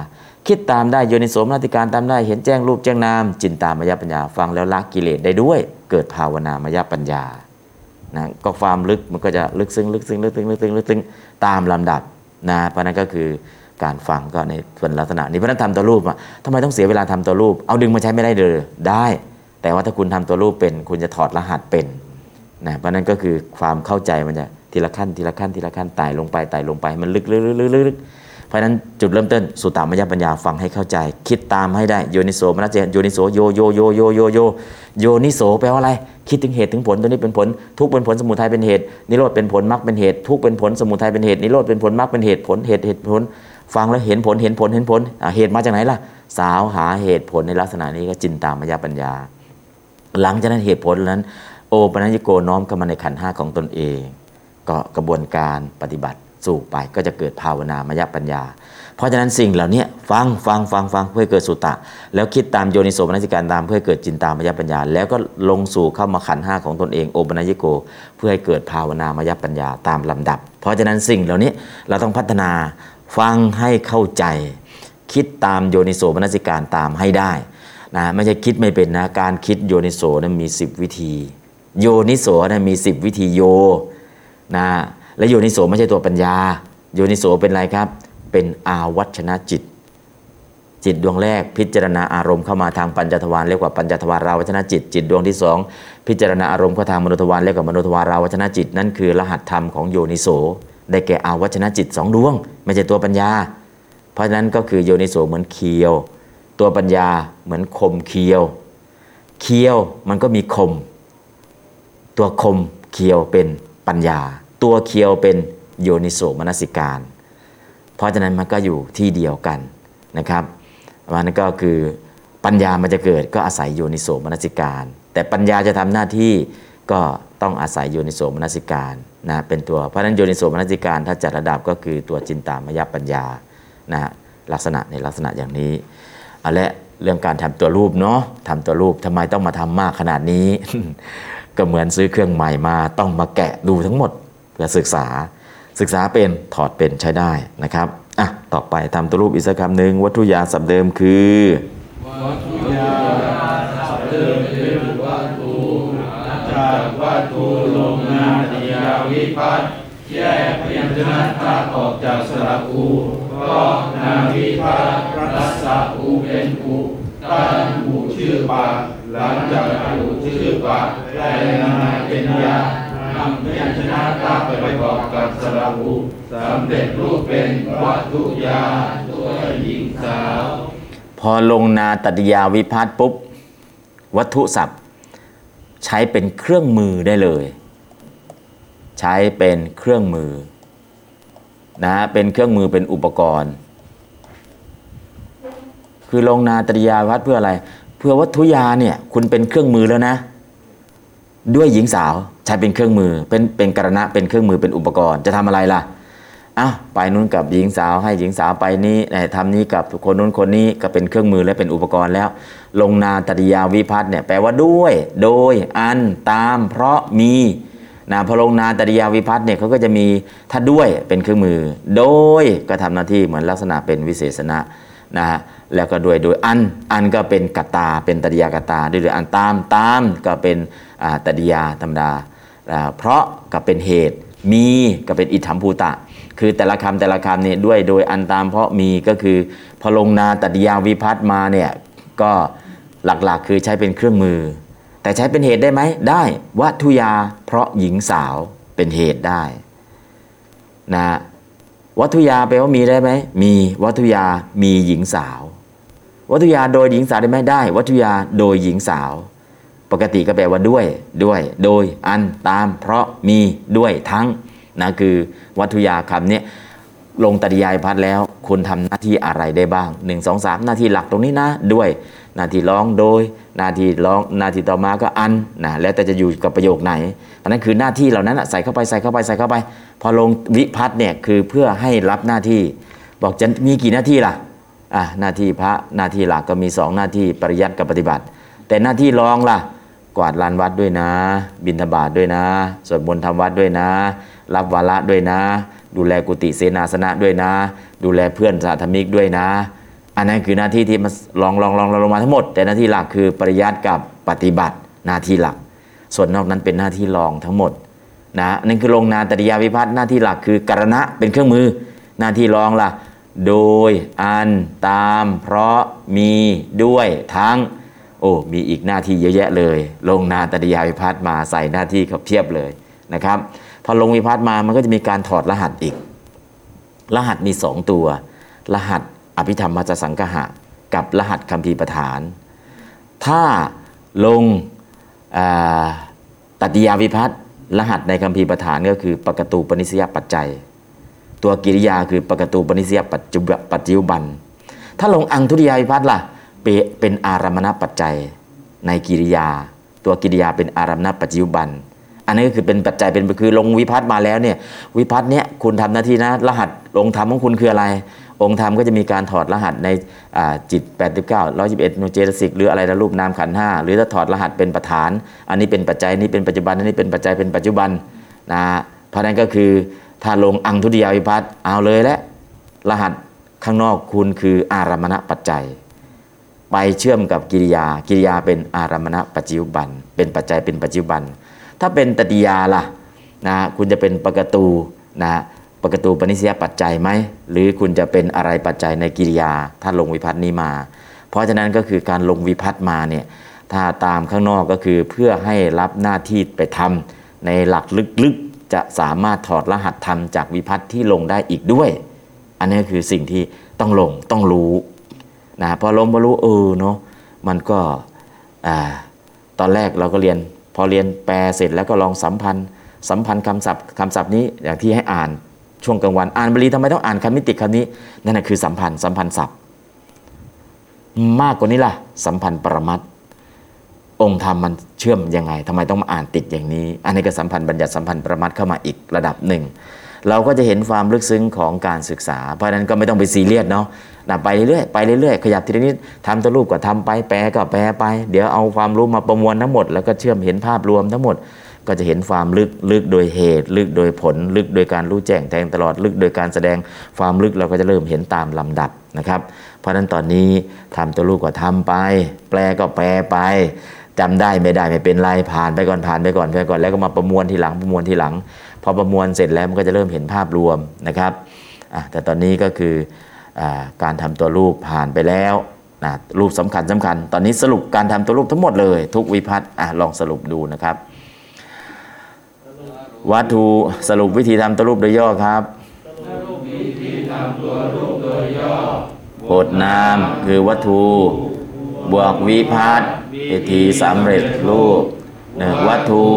คิดตามได้โยนิโสมนสิการตามได้เห็นแจ้งรูปแจ้งนามจินตามยปัญญาฟังแล้วละกิเลสได้ด้วยเกิดภาวนามยปัญญานะก็ความลึกมันก็จะลึกซึ้งตามลำดับนะเพราะนั้นก็คือการฟังก็ในส่วนลักษณะนี้เพราะนั้นทำตัวรูปทำไมต้องเสียเวลาทำตัวรูปเอาดึงมาใช้ไม่ได้เลยได้แต่ว่าถ้าคุณทำตัวรูปเป็นคุณจะถอดรหัสเป็นนะเพราะนั้นก็คือความเข้าใจมันจะทีละขั้นไต่ลงไปมันลึกเพราะฉะนั้นจุดเริ่มต้นสุตตามยปัญญาฟังให้เข้าใจคิดตามให้ได้โยนิโสมนสิการโยนิโสโยนิโสแปลว่าอะไรคิดถึงเหตุถึงผลตัวนี้เป็นผลทุกข์เป็นผลสมุทัยเป็นเหตุนิโรธเป็นผลมรรคเป็นเหตุทุกข์เป็นผลสมุทัยเป็นเหตุนิโรธเป็นผลมรรคเป็นเหตุเหตุผลฟังแล้วเห็นผลเหตุมาจากไหนล่ะสาวหาเหตุผลในลักษณะนี้ก็จินตามยปัญญาหลังจากนั้นเหตุผลนั้นโอปัญญิโกน้อมเข้ามาในขันธ์5ของตนเองก็กระบวนการปฏิบัติสู่ไปก็จะเกิดภาวนามยปัญญาเพราะฉะนั้นสิ่งเหล่านี้ฟังเพื่อให้เกิดสุตตะแล้วคิดตามโยนิโสมนสิการตามเพื่อให้เกิดจินตามยปัญญาแล้วก็ลงสู่เข้ามาขันธ์5ของตนเองโอปัญญิโกเพื่อให้เกิดภาวนามยปัญญาตามลำดับเพราะฉะนั้นสิ่งเหล่านี้เราต้องพัฒนาฟังให้เข้าใจคิดตามโยนิโสมนสิการตามให้ได้นะไม่ใช่คิดไม่เป็นนะการคิดโยนิโสนั้นมี10วิธีโยนิโสนั้นมี10วิธีโยนะและโยนิโสไม่ใช่ตัวปัญญาโยนิโสเป็นอะไรครับเป็นอาวัชนะจิตดวงแรกพิจารณาอารมณ์เข้ามาทางปัญจทวารเรียกว่าปัญจทวาราวัชนะจิตดวงที่2พิจารณาอารมณ์เข้าทางมโนทวารเรียกว่ามโนทวาราวัชนะจิตนั่นคือรหัสธรรมของโยนิโสได้แก่อาวัชนะจิต2ดวงไม่ใช่ตัวปัญญาเพราะฉะนั้นก็คือโยนิโสเหมือนเคียวตัวปัญญาเหมือนคมเคียวมันก็มีคมตัวคมเคียวเป็นปัญญาตัวเคียวเป็นโยนิโสมนสิการเพราะฉะนั้นมันก็อยู่ที่เดียวกันนะครับมันก็คือปัญญามันจะเกิดก็อาศัยโยนิโสมนสิการแต่ปัญญาจะทำหน้าที่ก็ต้องอาศัยโยนิโสมนสิการนะเป็นตัวเพราะฉะนั้นโยนิโสมนสิการถ้าจัดระดับก็คือตัวจินตามยปัญญานะลักษณะในลักษณะอย่างนี้และเรื่องการทำตัวรูปเนาะทำตัวรูปทำไมต้องมาทำมากขนาดนี้ ก็เหมือนซื้อเครื่องใหม่มาต้องมาแกะดูทั้งหมดเพื่อศึกษาเป็นถอดเป็นใช้ได้นะครับต่อไปทำตัวรูปอีกสักคำหนึ่งวัตถุยาศัพท์เดิมคือวัตถุยาศัพท์เดิมคือวัตถุจากวัตถุลงนาติยาวิภัตแยกพยัญชนะธาตุออกจากสระอูเพราะนาวิภัตรัสสะอูเป็นอูตั้งอูชื่อปากหลังจากอูชื่อปากแปลนาเป็นยานำพยัญชนะธาตุไปประกอบกับสระอูสำเร็จรูปเป็นวัตถุยาตัวหญิงสาวพอลงนาตติยาวิภัตปุ๊บวัตถุศัพท์ใช้เป็นเครื่องมือได้เลยใช้เป็นเครื่องมือนะเป็นเครื่องมือเป็นอุปกรณ์คือลงนาตติยาวิภัตเพื่ออะไรเพื่อวัตถุยาเนี่ยคุณเป็นเครื่องมือแล้วนะด้วยหญิงสาวใช้เป็นเครื่องมือเป็นกรณะเป็นเครื่องมือเป็นอุปกรณ์จะทำอะไรล่ะไปนู้นกับหญิงสาวให้หญิงสาวไปนี้ทำนี้กับคนนู้นคนนี้ก็เป็นเครื่องมือและเป็นอุปกรณ์แล้วลงนาตติยาวิภัตเนี่ยแปลว่าด้วยโดยอันตามเพราะมีนะพอลงนาตติยาวิภัตเนี่ยเขาก็จะมีถ้าด้วยเป็นเครื่องมือโดยก็ทำหน้าที่เหมือนลักษณะเป็นวิเศษณะนะแล้วก็โดยอันก็เป็นกัตตาเป็นตติยากตตาด้วยอันตามก็เป็นตติยาธรรมดาเพราะก็เป็นเหตุมีก็เป็นอิทธัมภูตะคือแต่ละคำนี่ด้วยโดยอันตามเพราะมีก็คือพอลงนาตติยาวิภัตมาเนี่ยก็หลักๆคือใช้เป็นเครื่องมือแต่ใช้เป็นเหตุได้ไหมได้วัตถุยาเพราะหญิงสาวเป็นเหตุได้นะวัตถุยาแปลว่ามีได้ไหมมีวัตถุยามีหญิงสาววัตถุยาโดยหญิงสาวได้ไหมได้วัตถุยาโดยหญิงสาวปกติก็แปลว่าด้วยโดยอันตามเพราะมีด้วยทั้งนะคือวัตถุยาคำนี้ลงตติยาวิภัตแล้วคุณทำหน้าที่อะไรได้บ้าง1 2 3หน้าที่หลักตรงนี้นะด้วยหน้าที่ร้องโดยหน้าที่ร้องหน้าที่ต่อมาก็อันนะแล้วแต่จะอยู่กับประโยคไหนอันนั้นคือหน้าที่เหล่านั้นใส่เข้าไปพอลงวิภัตเนี่ยคือเพื่อให้รับหน้าที่บอกจะมีกี่หน้าที่ล่ะหน้าที่พระหน้าที่หลักก็มี2หน้าที่ปริยัติกับปฏิบัติแต่หน้าที่รองล่ะกวาดลานวัดด้วยนะบิณฑบาตด้วยนะสวดมนต์ทำวัดด้วยนะรับวาระด้วยนะดูแลกุฏิเสนาสนะด้วยนะดูแลเพื่อนสาธมิกด้วยนะอันนั้นคือหน้าที่ที่มันลองลงมาทั้งหมดแต่หน้าที่หลักคือปริยัติกับปฏิบัติหน้าที่หลักส่วนนอกนั้นเป็นหน้าที่รองทั้งหมดนะนั่นคือลงนาตติยาวิภัตหน้าที่หลักคือการณะเป็นเครื่องมือหน้าที่รองล่ะโดยอันตามเพราะมีด้วยทั้งโอ้มีอีกหน้าที่เยอะแยะเลยลงนาตติยาวิภัตมาใส่หน้าที่เขาเทียบเลยนะครับพอลงวิภัตมามันก็จะมีการถอดรหัสอีกรหัสมี2ตัวรหัสอภิธรรมมัจจสังคหะกับรหัสคัมภีร์ประธานถ้าลงตติยาวิภัตรหัสในคัมภีร์ประธานก็คือปกตูปนิสยปัจจัยตัวกิริยาคือปกตูปนิสยปัจจุบันถ้าลงอังทุติยาวิภัตล่ะเป็นอารมณปัจจัยในกิริยาตัวกิริยาเป็นอารมณปัจจุบันอันนี้ก็คือเป็นปัจจัยเป็นคือลงวิภัตมาแล้วเนี่ยวิภัตเนี้ยคุณทำหน้าที่นะรหัสองค์ธรรมของคุณคืออะไรองค์ธรรมก็จะมีการถอดรหัสในจิต89 111โนเจตสิกหรืออะไรนะรูปนามขันธ์5หรือถ้าถอดรหัสเป็นประธานอันนี้เป็นปัจจัยนี้เป็นปัจจุบันอันนี้เป็นปัจจัยเป็นปัจจุบันนะเพราะนั้นก็คือถ้าลงอังทุติยาวิภัตเอาเลยและรหัสข้างนอกคุณคืออารมณปัจจัยไปเชื่อมกับกิริยาเป็นอารมณปัจจุบันเป็นปัจจัยเป็นปัจจุบันถ้าเป็นตติยาล่ะนะคุณจะเป็นปกตูนะปกตูปนิสยปัจจัยไหมหรือคุณจะเป็นอะไรปัจจัยในกิริยาถ้าลงวิภัตนี้มาเพราะฉะนั้นก็คือการลงวิภัตมาเนี่ยถ้าตามข้างนอกก็คือเพื่อให้รับหน้าที่ไปทำในหลักลึกๆจะสามารถถอดรหัสธรรมจากวิภัตที่ลงได้อีกด้วยอันนี้คือสิ่งที่ต้องลงต้องรู้นะพอลงมารู้เนาะมันก็ตอนแรกเราก็เรียนพอเรียนแปลเสร็จแล้วก็ลองสัมพันธ์คำศัพท์นี้อย่างที่ให้อ่านช่วงกลางวันอ่านบาลีทำไมต้องอ่านคำมิติคำนี้นั่นคือสัมพันธ์ศัพท์มากกว่านี้ล่ะสัมพันธ์ปรมัตถ์องค์ธรรมมันเชื่อมยังไงทำไมต้องมาอ่านติดอย่างนี้อันนี้ก็สัมพันธ์บัญญัติสัมพันธ์ปรมัตถ์เข้ามาอีกระดับหนึ่งเราก็จะเห็นความลึกซึ้งของการศึกษาเพราะฉะนั้นก็ไม่ต้องไปซีเรียสเนาะไปเรื่อยขยับทีละนิดทำตัวรูปก็ทำไปแปลก็แปลไปเดี๋ยวเอาความรู้มาประมวลทั้งหมดแล้วก็เชื่อมเห็นภาพรวมทั้งหมดก็จะเห็นความลึกโดยเหตุลึกโดยผลลึกโดยการรู้แจ้งแทงตลอดลึกโดยการแสดงความลึกเราก็จะเริ่มเห็นตามลำดับนะครับเพราะฉะนั้นตอนนี้ทำตัวรูปก็ทำไปแปลก็แปลไปจำได้ไม่ได้ไม่เป็นไรผ่านไปก่อนแล้วก็มาประมวลทีหลังพอประมวลเสร็จแล้วมันก็จะเริ่มเห็นภาพรวมนะครับแต่ตอนนี้ก็คือการทำตัวรูปผ่านไปแล้วรูปสำคัญตอนนี้สรุปการทำตัวรูปทั้งหมดเลยทุกวิภัตลองสรุปดูนะครับวัตถุสรุปวิธีทำตัวรูปโดยย่อครับบทนามคือวัตถุบวกวิภัตวิธีสำเร็จรูป1วัตถุ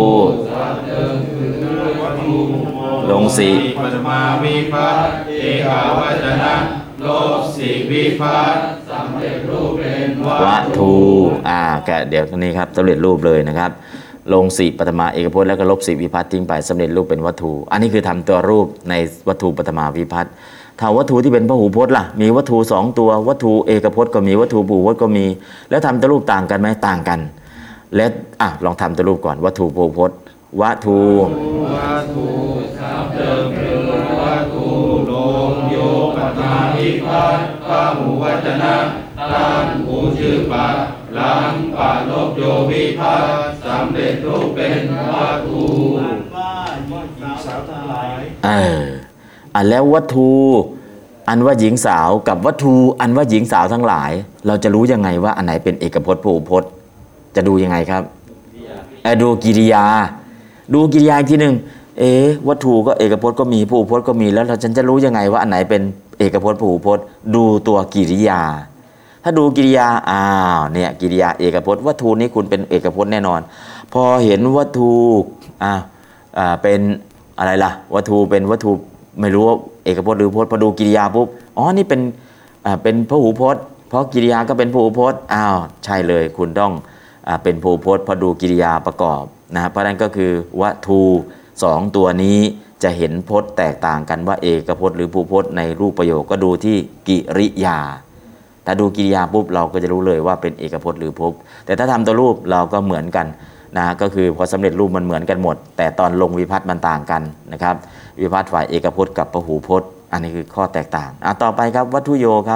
ลงสีปฐมาวิภัตเอกาวจนะลบสีวิภัตสำเร็จรูปเป็นวัตถุเดี๋ยวนี้ครับสำเร็จรูปเลยนะครับลงสีปฐมาเอกพจน์แล้วก็ลบสีวิภัตทิ้งไปสำเร็จรูปเป็นวัตถุอันนี้คือทำตัวรูปในวัตถุปฐมาวิภัตถ้าวัตถุที่เป็นพหูพจน์ล่ะมีวัตถุ2ตัววัตถุเอกพจน์ก็มีวัตถุพหูพจน์ก็มีแล้วทำตัวรูปต่างกันไหมต่างกันและลองทำตัวรูปก่อนวัตถุพหูพจน์วัตถุสามเดิมคือวัตถุลงโยปฐมาวิภัตพหูวจนะตั้งหูชื่อปะหลังปะลบโยวิภัตสำเร็จรูปเป็นวัตถุสาวทั้งหลายแล้ววัตถุอันว่าหญิงสาวกับวัตถุอันว่าหญิงสาวทั้งหลายเราจะรู้ยังไงว่าอันไหนเป็นเอกพจน์พหูพจน์จะดูยังไงครับดูกิริยาอีกทีหนึ่งวัตถุก็เอกพจน์ก็มีพหูพจน์ก็มีแล้วฉันจะรู้ยังไงว่าอันไหนเป็นเอกพจน์พหูพจน์ดูตัวกิริยาถ้าดูกิริยาเนี่ยกิริยาเอกพจน์วัตถุนี้คุณเป็นเอกพจน์แน่นอนพอเห็นวัตถุเป็นอะไรล่ะวัตถุเป็นวัตถุไม่รู้ว่าเอกพจน์หรือพจน์พอดูกิริยาปุ๊บนี่เป็นพหูพจน์เพราะกิริยาก็เป็นพหูพจน์ใช่เลยคุณต้องเป็นพหูพจน์พอดูกิริยาประกอบนะเพราะนั้นก็คือวัตถุ2ตัวนี้จะเห็นพจน์แตกต่างกันว่าเอกพจน์หรือพหูพจน์ในรูปประโยคก็ดูที่กิริยาถ้าดูกิริยาปุ๊บเราก็จะรู้เลยว่าเป็นเอกพจน์หรือพจน์แต่ถ้าทำตัวรูปเราก็เหมือนกันนะก็คือพอสำเร็จรูปมันเหมือนกันหมดแต่ตอนลงวิภัตมันต่างกันนะครับวิภัตฝ่ายเอกพจน์กับพหูพจน์อันนี้คือข้อแตกต่างต่อไปครับวัตถุโยครับ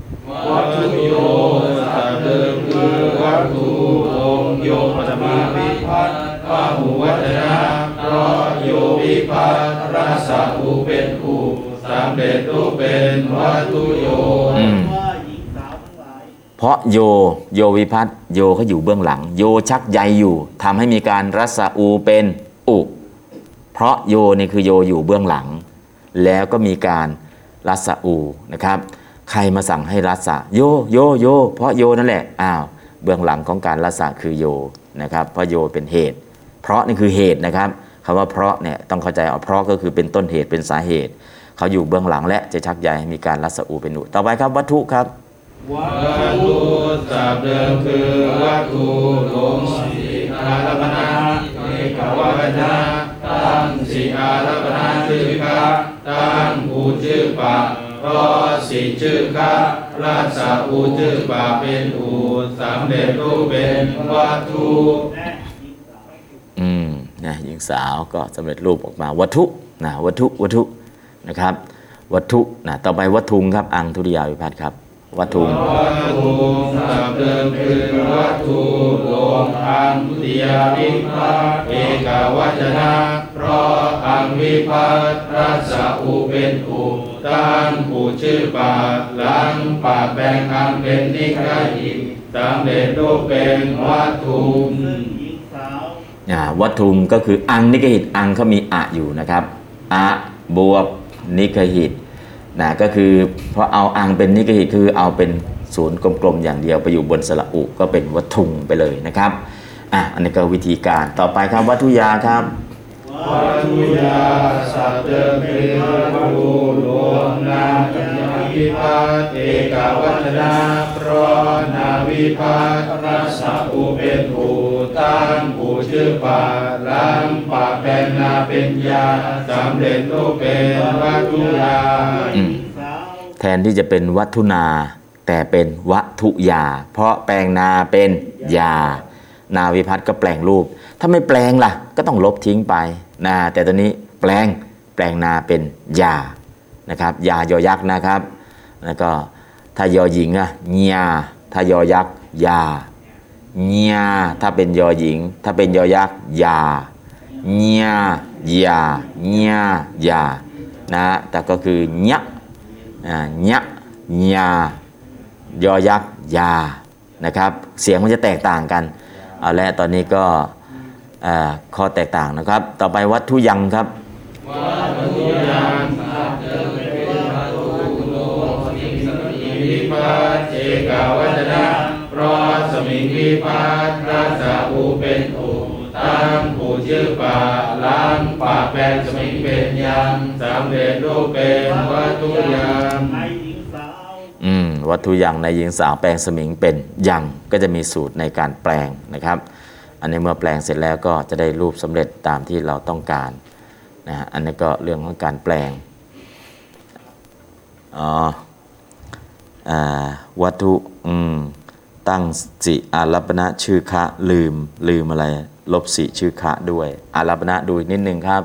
วัตถุโยสัตว์เดิมคือวัตถุองค์โยจะมีวิพัฒน์พหุวัจนะเพราะโยวิพัฒน์รัสสะอุเป็นอุสำเร็จรูปเป็นวัตถุโยเพราะโยวิพัฒน์โยเขาอยู่เบื้องหลังโยชักใยอยู่ทำให้มีการรัสสะอูเป็นอุเพราะโยนี่คือโยอยู่เบื้องหลังแล้วก็มีการรัสสะอูนะครับใครมาสั่งให้รัสสะโยเพราะโยนั่นแหละอ้าวเบื้องหลังของการรัสสะคือโยนะครับเพราะโยเป็นเหตุเพราะนี่คือเหตุนะครับคำว่าเพราะเนี่ยต้องเข้าใจเอาเพราะก็คือเป็นต้นเหตุเป็นสาเหตุเขาอยู่เบื้องหลังและจะชักใยให้มีการรัสสะอูเป็นอุต่อไปครับวัตถุครับวัตถุศัพท์เดิมคือวัตถุลงสีอารัปนาเอกวัจนะตั้งสีอารัปนาชื่อคะตั้งอูชื่อปะเพราะสีชื่อคะรัสสะอูชื่อปะเป็นอูสำเร็จรูปเป็นวัตถุนะหญิงสาวก็สำเร็จรูปออกมาวัตถุนะวัตถุนะครับวัตถุนะต่อไปวัตถุครับอังทุติยาวิภัตติครับวัตถุศัพท์เดิมคือวัตถุลงอังทุติยาวิภัตติเอกวัจนะเพราะอังวิภัตติรัสสะอูเป็นอุตั้งอูชื่อปะหลังปะแปลงอังเป็นนิกายอิสำเร็จรูปเป็นวัตถุวัตถุก็คืออังนิกหิตอังเขามีอะอยู่นะครับอะบวกนิกหิตนะก็คือเพราะเอาอังเป็นนิกหิตคือเอาเป็นศูนย์กลมๆอย่างเดียวไปอยู่บนสระอุก็เป็นวัตถุไปเลยนะครับอันนี้ก็วิธีการต่อไปครับวัตถุยาครับวัตถุยาสัตว์เดิมคือวัตถุรวมนาวิภัตติเอกวัจนะเพราะนาวิภัตติรัสสะอูเป็นอูตั้งอูชื่อปะลังปะแปลงนาเป็นยาสำเร็จรูปเป็นวัตถุยาแทนที่จะเป็นวัตถุนาแต่เป็นวัตถุยาเพราะแปลงนาเป็นยานาวิภัตติก็แปลงรูปถ้าไม่แปลงล่ะก็ต้องลบทิ้งไปนะแต่ตอนนี้แปลงนาเป็นยานะครับยายอยักษ์นะครับแล้วก็ถ้ายอหญิงเงียถ้ายอยักษ์ยาเงียถ้าเป็นยอหญิงถ้าเป็นยอยักษ์ยาเงียยาเงียยานะแต่ก็คือเนะเนะยายอยักษ์ยานะครับเสียงมันจะแตกต่างกันเอาละตอนนี้ก็ข้อแตกต่างนะครับต่อไปวัตถุยังครับวัตถุยังวิภัตติเอกวัจนะเพราะสมิงวิภัตติรัสสะอูเป็นอุตั้งอูชื่อปะลังปะแปลงสมิงเป็นยังสำเร็จรูปเป็นวัตถุยังวัตถุยังในหญิงสาวแปลงสมิงเป็นยังก็จะมีสูตรในการแปลงนะครับอันนี้เมื่อแปลงเสร็จแล้วก็จะได้รูปสำเร็จตามที่เราต้องการนะอันนี้ก็เรื่องของการแปลงวัตถุตั้งสิอารัปณะชื่อคะลืมอะไรลบสิชื่อคะด้วยอารัปณะดูนิดนึงครับ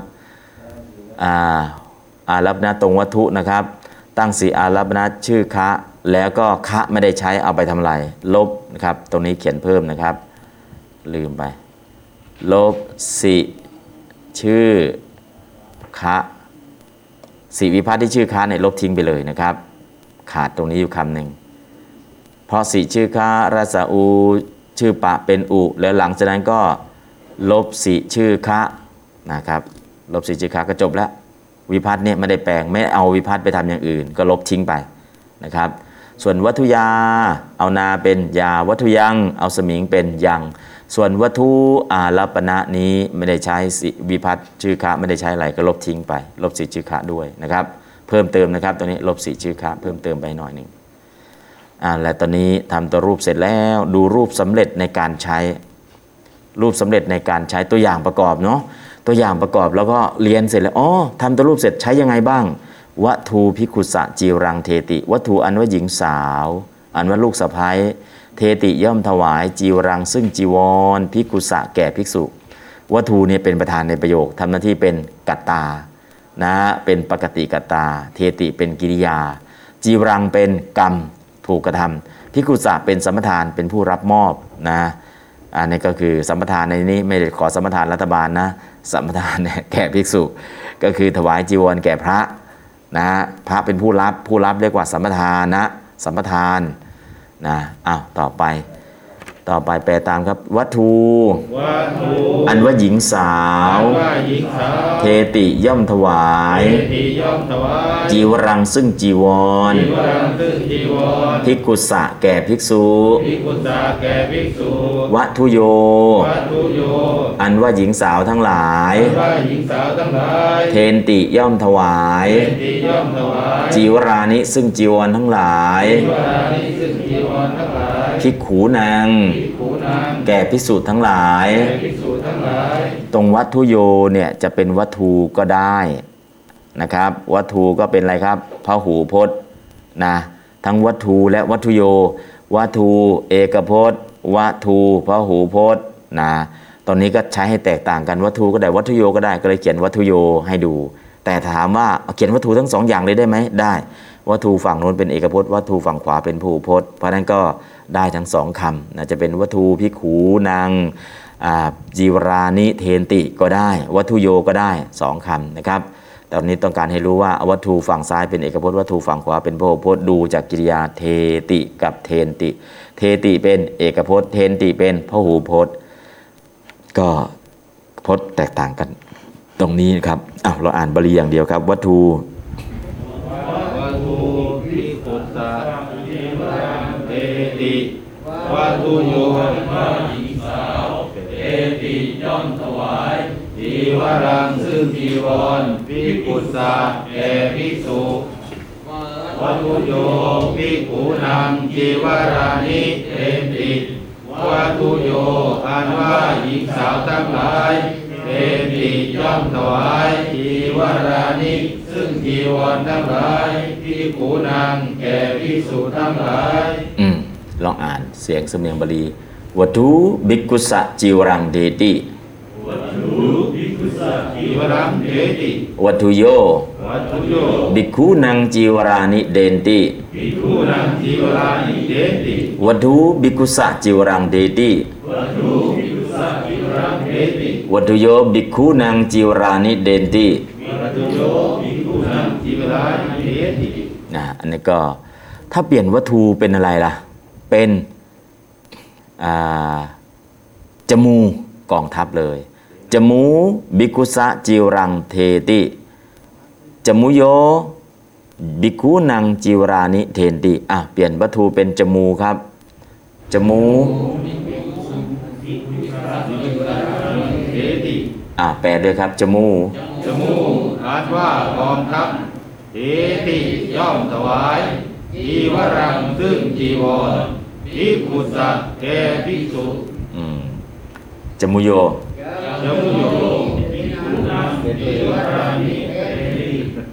อารัปณะตรงวัตถุนะครับตั้งสิอารัปณะชื่อคะแล้วก็คะไม่ได้ใช้เอาไปทำอะไรลบนะครับตรงนี้เขียนเพิ่มนะครับลืมไปลบสิชื่อคะสิวิภัตติที่ชื่อคะเนี่ยลบทิ้งไปเลยนะครับขาดตรงนี้อยู่คำหนึ่งเพราะสิชื่อคะรัสสะอูชื่อปะเป็นอุแล้วหลังจากนั้นก็ลบสิชื่อคะนะครับลบสิชื่อคะก็จบแล้ววิภัตติเนี่ยไม่ได้แปลงไม่เอาวิภัตติไปทำอย่างอื่นก็ลบทิ้งไปนะครับส่วนวัตถุยาเอานาเป็นยาวัตถุยังเอาสมิงเป็นยังส่วนวัตถุอารัปณะนี้ไม่ได้ใช้สิวิภัตติชื่อคะไม่ได้ใช้อะไรก็ลบทิ้งไปลบสิชื่อคะด้วยนะครับเพิ่มเติมนะครับตัวนี้ลบสิชื่อคะเพิ่มเติมไปหน่อยหนึ่งและตอนนี้ทำตัวรูปเสร็จแล้วดูรูปสำเร็จในการใช้รูปสำเร็จในการใช้ตัวอย่างประกอบเนาะตัวอย่างประกอบแล้วก็เรียนเสร็จแล้วทำตัวรูปเสร็จใช้ยังไงบ้างวัตถุภิกขุสะจีรังเทติวัตถุอันว่าหญิงสาวอันว่าลูกสะใภ้เทติย่อมถวายจีรังซึ่งจีวรภิกขุสะแก่ภิกษุวัตถุเนี่ยเป็นประธานในประโยคทำหน้าที่เป็นกัตตานะเป็นปกติกัตตาเทติเป็นกิริยาจีรังเป็นกรรมถูถูกกระทำภิกขุสะเป็นสัมปทานเป็นผู้รับมอบนะอันนี้ก็คือสัมปทานในนี้ไม่ได้ขอสัมปทานรัฐบาลนะสัมปทานแก่ภิกษุก็คือถวายจีวรแก่พระนะพระเป็นผู้รับเรียกว่าสัมปทานนะสัมปทานนะต่อไปแปลตามครับวัตถุอันว่าหญิงสาวเทติย่อมถวายจีวรังซึ่งจีวรภิกขุสะแก่ภิกษุวัตถุโยอันว่าหญิงสาวทั้งหลายเทนติย่อมถวายจีวรานิซึ่งจีวรทั้งหลายภิกขุนางแก่ภิกษุทั้งหลายตรงวัตถุโยเนี่ยจะเป็นวัตถุก็ได้นะครับวัตถุก็เป็นอะไรครับพหูพจน์นะทั้งวัตถุและวัตถุโยวัตถุเอกพจน์วัตถุพหูพจน์นะตอนนี้ก็ใช้ให้แตกต่างกันวัตถุก็ได้วัตถุโยก็ได้ก็เลยเขียนวัตถุโยให้ดูแต่ถามว่าเขียนวัตถุทั้งสองอย่างเลยได้ไหมได้วัตถุฝั่งโน้นเป็นเอกพจน์วัตถุฝั่งขวาเป็นพหูพจน์เพราะนั้นก็ได้ทั้งสองคำนะจะเป็นวัตถุภิกขุนางจีวรานิเทนติก็ได้วัตถุโยก็ได้สองคำนะครับตอนนี้ต้องการให้รู้ว่าวัตถุฝั่งซ้ายเป็นเอกพจน์วัตถุฝั่งขวาเป็นพหูพจน์ดูจากกิริยาเทติกับเทนติเทติเป็นเอกพจน์เทนติเป็นพหูพจน์ก็พจน์แตกต่างกันตรงนี้ครับเราอ่านบาลีอย่างเดียวครับวัตถุภิกขุสะเทติวัตถุโยหญิงสาวเทติย่อมถวายจีวรังซึ่งจีวรภิกขุสะแก่ภิกษุวัตถุโยภิกขุนางจีวรานิเทติวัตถุโยอันว่าหญิงสาวทั้งหลายเทติย่อมถวายจีวรานิซึ่งจีวรทั้งหลายภิกขุนางแก่ภิกษุทั้งหลายลองอ่านเสียงสำเนียงบาลีวัตถุภิกขุสะจีวรังเดติวัตถุภิกขุสะจีวรังเดติวัตถุโยภิกขุนังจีวรานิเดนติภิกขุนังจีวรานิเดติวัตถุภิกขุสะจีวรังเดติวัตถุภิกขุสะจีวรังเดติวัตถุโยภิกขุนังจีวรานิเดนติวัตถุโยภิกขุนังจีวรานิเดติอันนี้ก็ถ้าเปลี่ยนวัตถุเป็นอะไรล่ะเป็นจมูกองทัพเลยจมูภิกขุสะจีวรังเทติจมูโยภิกขุนังจีวรานิเทนติเปลี่ยนวัตถุเป็นจมูครับจมูแปลด้วยครับจมูอ่านว่ากองทัพเทติย่อมถวายจีวรังซึ่งจีวรภิกขุสะแก่ภิกษุจมูโยภิกขุนังจีวรานิเทติ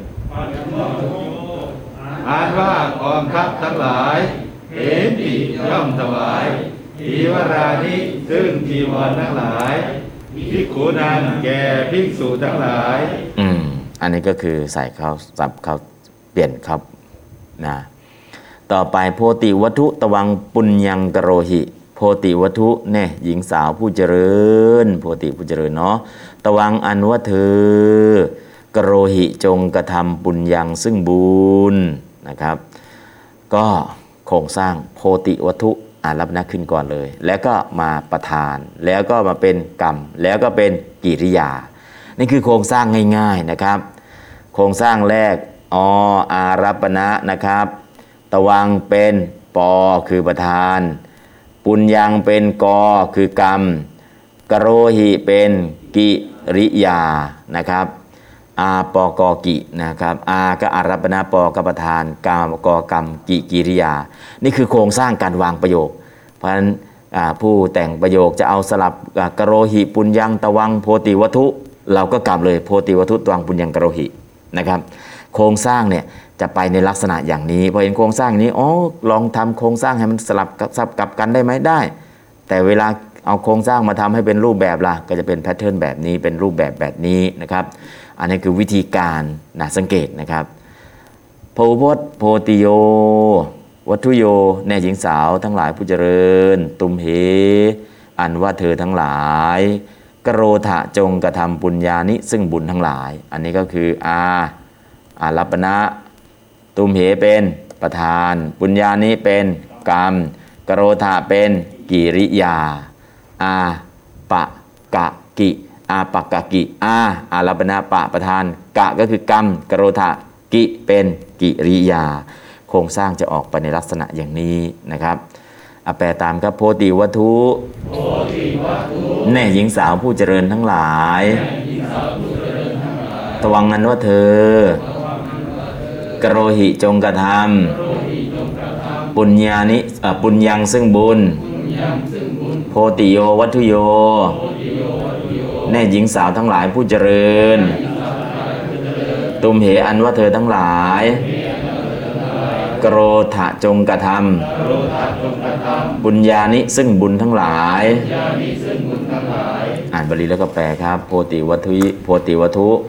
อ่านว่ากองทัพทั้งหลายเทติย่อมถวายจีวรานิซึ่งจีวรทั้งหลายภิกขุนังแก่ภิกษุทั้งหลายอันนี้ก็คือใส่เขาสับเขาเปลี่ยนครับนะต่อไปโพติวัตถุตวังปุญญังกโรหิโพติวัตถุเนี่ยหญิงสาวผู้เจริญโพติผู้เจริญเนาะตวังอันว่าเธอกโรหิจงกระทำปุญญังซึ่งบุญนะครับก็โครงสร้างโพติวัตถุรับนักขึ้นก่อนเลยแล้วก็มาประทานแล้วก็มาเป็นกรรมแล้วก็เป็นกิริยานี่คือโครงสร้างง่ายๆนะครับโครงสร้างแรกอารัปปณะนะครับตวังเป็นปอคือประธานปุญญังเป็นกอคือกรรมกโรหิเป็นกิริยานะครับอาปกกินะครับอาก็อารัปปณะปก็ประธานกามกกรรมกิริยานี่คือโครงสร้างการวางประโยคเพราะฉะนั้นผู้แต่งประโยคจะเอาสลับกโรหิปุญญังตวังโพติวัตถุเราก็กลับเลยโพติวัตถุตวังปุญญังกโรหินะครับโครงสร้างเนี่ยจะไปในลักษณะอย่างนี้พอเห็นโครงสร้างนี้ลองทำโครงสร้างให้มันสลับกับกันได้ไหมได้แต่เวลาเอาโครงสร้างมาทำให้เป็นรูปแบบล่ะก็จะเป็นแพทเทิร์นแบบนี้เป็นรูปแบบนี้นะครับอันนี้คือวิธีการสังเกตนะครับโพพจน์โพติโยวัตถุโยแน่หญิงสาวทั้งหลายผู้เจริญตุมเหอันว่าเธอทั้งหลายกโรธะจงกระทำปุญญานิซึ่งบุญทั้งหลายอันนี้ก็คืออารัปณะตุมเหเป็นประธานปุญญานิเป็นกรรมกโรธะเป็นกิริยาอาปะกะกิอาปะกะกิอารัปณะปะประธานกะก็คือกรรมกโรธะกิเป็นกิริยาโครงสร้างจะออกไปในลักษณะอย่างนี้นะครับแปลตามครับโพติวัตถุแน่หญิงสาวผู้เจริญทั้งหลายตวังนั้นว่าเธอกโรหิจงกระทำปุญญานิปุญญังซึ่งบุญโพติโยวัตถุโยแน่หญิงสาวทั้งหลายผู้เจริญตุมเหอันว่าเธอทั้งหลายกโรธะจงกระทำปุญญานิซึ่งบุญทั้งหลายอ่านบาลีแล้วก็แปลครับโพติวัตถุโพติวัตถุ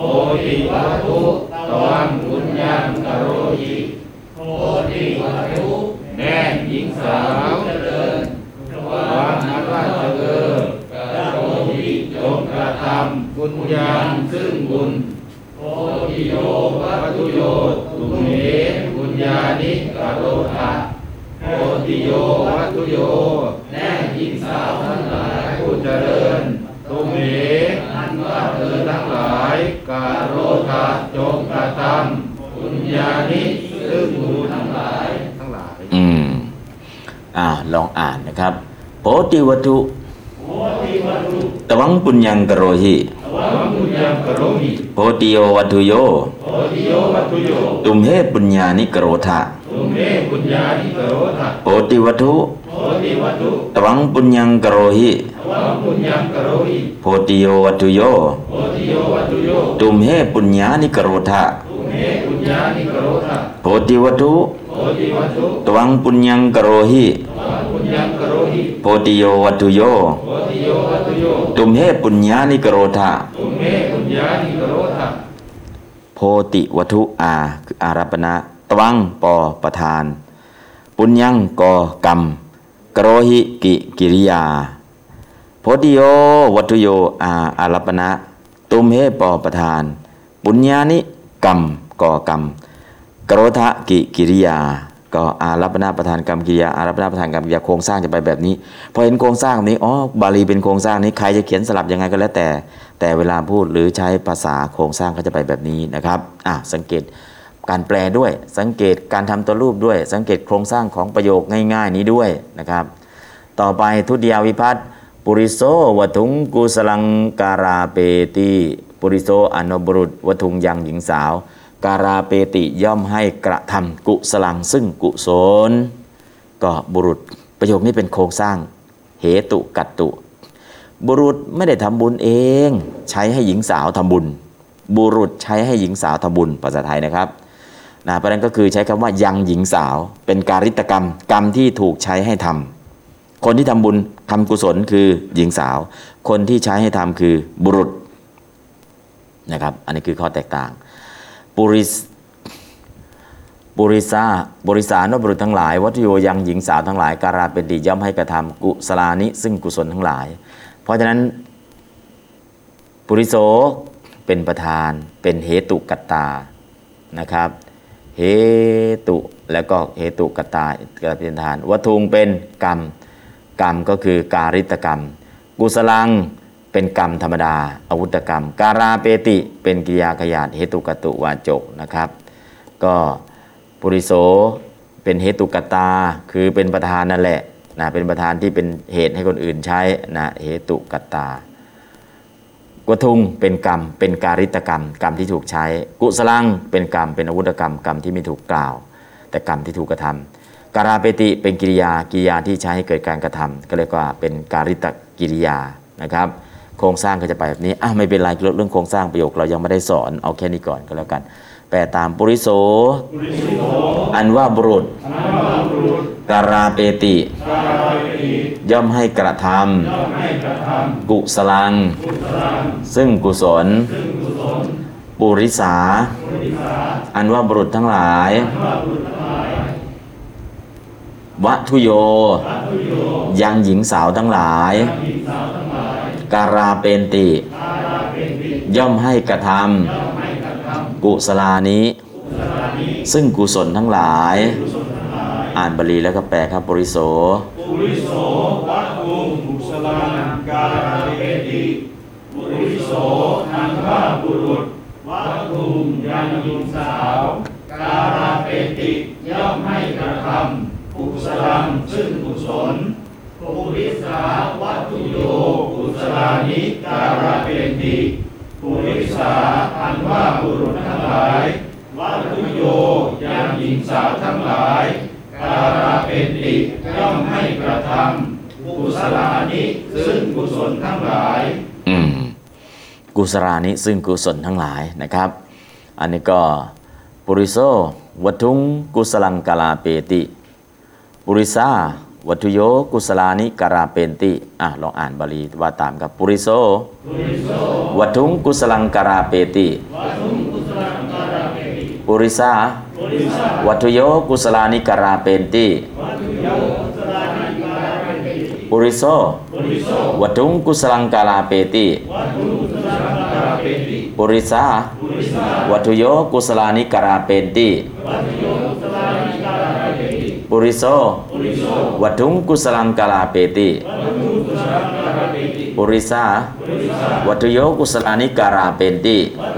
ตวังปุญญังกโรหิโพธิวัตถุแน่หญิงสาวเจริญตวังอันว่าเจริญกโรหิจงกระทำปุญญังซึ่งบุญโพธิโยวัตถุโยตุเมปุญญานิกโรธะโพธิโยวัตถุโยแน่หญิงสาวทั้งหลายผู้เจริญตุเมอันว่าเธอทั้งหลายกโรธะจงกระทำปุญญานิซึ่งบุญทั้งหลายลองอ่านนะครับโพติวัตถุตวังปุญญังกโรหิโพติโยวัตถุโยตุมเหปุญญานิกโรธะโพติวัตถุตวังปุญญังกโรหิโพติโยวัตถุโยตุมเหปุญญานิกโรธะโพติวัตถุตวังปุญญังกโรหิโพติโยวัตถุโยตุมเหปุญญานิกโรธะโพติวัตถุคืออารัปณะตวังปอประธานปุญญังกอกรรมกโรหิกิริยาโพธิโยวัตถุโยอารัปณะตุมเหปอประธานปุญญานิกรรมก่อกรรมกโรธะกิริยาก็อารัปณะประธานกรรมกิริยาอารัปณะประธานกรรมกิริยาโครงสร้างจะไปแบบนี้พอเห็นโครงสร้างนี้บาลีเป็นโครงสร้างนี้ใครจะเขียนสลับยังไงก็แล้วแต่เวลาพูดหรือใช้ภาษาโครงสร้างก็จะไปแบบนี้นะครับสังเกตการแปลด้วยสังเกตการทำตัวรูปด้วยสังเกตโครงสร้างของประโยคง่ายๆนี้ด้วยนะครับต่อไปทุติยวิภัตติปุริโสวัตุงกุสลังการาเปติปุริโสอนุบุรุษวัตุงยังหญิงสาวการาเปติย่อมให้กระทำกุสลังซึ่งกุศลก็บุรุษประโยคนี้เป็นโครงสร้างเหตุกัตตุบุรุษไม่ได้ทำบุญเองใช้ให้หญิงสาวทำบุญบุรุษใช้ให้หญิงสาวทำบุญภาษาไทยนะครับเพราะนั้นก็คือใช้คำว่ายังหญิงสาวเป็นการิตกรรมกรรมที่ถูกใช้ให้ทำคนที่ทำบุญทำกุศลคือหญิงสาวคนที่ใช้ให้ทำคือบุรุษนะครับอันนี้คือข้อแตกต่างปุริสานบุรุษทั้งหลายวัตโยยังหญิงสาวทั้งหลายการาเป็นติย่อมให้กระทำกุศลานิซึ่งกุศลทั้งหลายเพราะฉะนั้นปุริโสเป็นประธานเป็นเหตุกัตตานะครับเหตุแล้วก็เหตุกัตตาเป็นประธานวัตถุงเป็นกรรมก็คือการิตกรรมกุศลังเป็นกรรมธรรมดาอาวุธกรรมการาเปติเป็นกิริยาขยาดเหตุกตุวาจกนะครับก็ปุริโสเป็นเหตุกัตตาคือเป็นประธานนั่นแหละเป็นประธานที่เป็นเหตุให้คนอื่นใช้เหตุกัตตากุทุงเป็นกรรมเป็นการิตกรรมกรรมที่ถูกใช้กุศลังเป็นกรรมเป็นอาวุธกรรมกรรมที่ไม่ถูกกล่าวแต่กรรมที่ถูกกระทำการาเปติเป็นกิริยาที่ใช้ให้เกิดการกระทำก็เรียกว่าเป็นการิตกิริยานะครับโครงสร้างก็จะไปแบบนี้ไม่เป็นไรเรื่องโครงสร้างประโยคเรายังไม่ได้สอนเอาแค่นี้ก่อนก็แล้วกันแปลตามปุริโสอันว่าบุรุษการาเปติย่อมให้กระทำกุศลังซึ่งกุศลปุริสาอันว่าบุรุษทั้งหลายวัทุโย ยังหญิงสาวทั้งหลาย การาเปนติ ย่อมให้กระทำกุศลานิซึ่งกุศลทั้งหลาย อ่านบาลีแล้วก็แปลครับปุริโสปุริโสวัตถุกุศลานังการาเปติปุริโสอันว่าบุรุษวัตถุยังหญิงสาวการาเปติย่อมให้กระทำกุศลังซึ่งกุศลปุริสาวัตถุโยกุศลานิการาเปติปุริสาอันว่าบุรุษทั้งหลายวัตถุโยยังหญิงสาวทั้งหลายการาเปติย่อมให้กระทำกุศลานิซึ่งกุศลทั้งหลายกุศลานิซึ่งกุศลทั้งหลายนะครับ อันนี้ก็ปุริโสวัตถุงกุศลังกาลาเปติปุริสาวัตถุโยกุศลานิการาเปนติลองอ่านบาลีว่าตามครับปุริโสวัตถุงกุศลังการาเปติปุริสาวัตถุโยกุศลานิการาเปนติปุริโสวัตถุงกุศลังการาเปติปุริสาวัตถุโยกุศลานิการาเปนติปุริโสวัตถุงกุศลังการาเปติปุริสาวัตถุโยกุศลานิการาเปนติ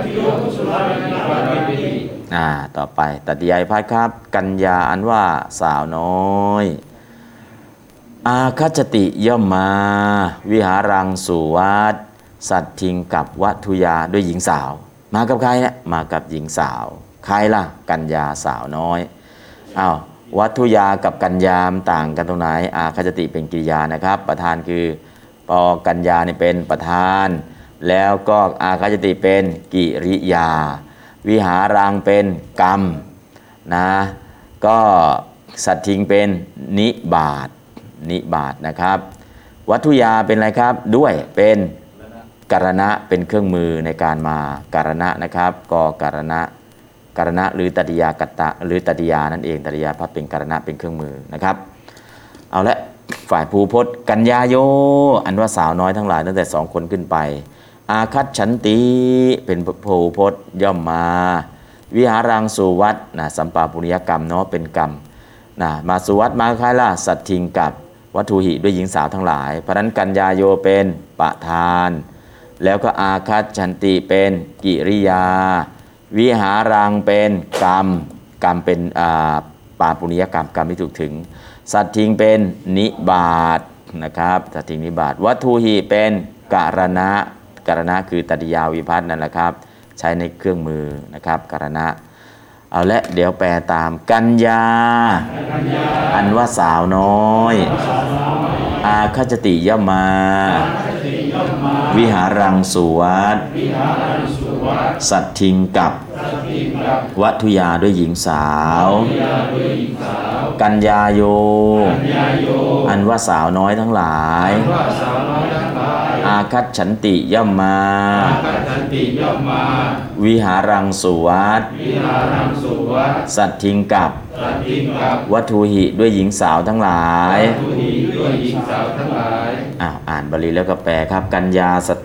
ต่อไปตติยายพัดครับกัญญาอันว่าสาวน้อยอาคัจจติย่อมมาวิหารังสู่วัดสัตทิงกับวัตุยาด้วยหญิงสาวมากับใครเนี่ยมากับหญิงสาวใครล่ะกัญญาสาวน้อยวัตุยากับกัญญามต่างกันตรงไหนอาคัจจติเป็นกิริยานะครับประธานคือปอกัญญานี่เป็นประธานแล้วก็อาคัจจติเป็นกิริยาวิหารังเป็นกรรมนะก็สัตทิงเป็นนิบาตนะครับวัตุยาเป็นอะไรครับด้วยเป็นการณะเป็นเครื่องมือในการมาการณะนะครับก็การณะหรือตติยากัตตะหรือตติยานั่นเองตติยาพัดเป็นการณะเป็นเครื่องมือนะครับเอาละฝ่ายภูพจน์กัญญาโยอันว่าสาวน้อยทั้งหลายตั้งแต่2คนขึ้นไปอาคัจฉันติเป็นภูพจน์ย่อมมาวิหารังสู่วัดสัมปาปุญญกรรมเนาะเป็นกรรมมาสู่วัดมาใครล่ะสัตทิงกับวัตถุหิด้วยหญิงสาวทั้งหลายเพราะนั้นกัญญาโยเป็นประธานแล้วก็อาคัจฉันติเป็นกิริยาวิหารังเป็นกรรมเป็นปาปุญญกรรมที่ถูกถึงสัตทิงเป็นนิบาตนะครับสัตทิงนิบาตวัตถุหิเป็นการณะคือตติยาวิภัตนั่นแหละครับใช้ในเครื่องมือนะครับการณะเอาละเดี๋ยวแปลตามกัญญาอันว่าสาวน้อยอาคัจจติย่อมมาวิหารังสู่วัดสัตทิงกับวัตุยาด้วยหญิงสาวกัญญาโยอันว่าสาวน้อยทั้งหลายอาคัจฉันติย่อมมาวิหารังสู่วัดสัตทิงกับวัตถุหิด้วยหญิงสาวทั้งหลายอ่านบาลีแล้วก็แปลครับกัญญาวั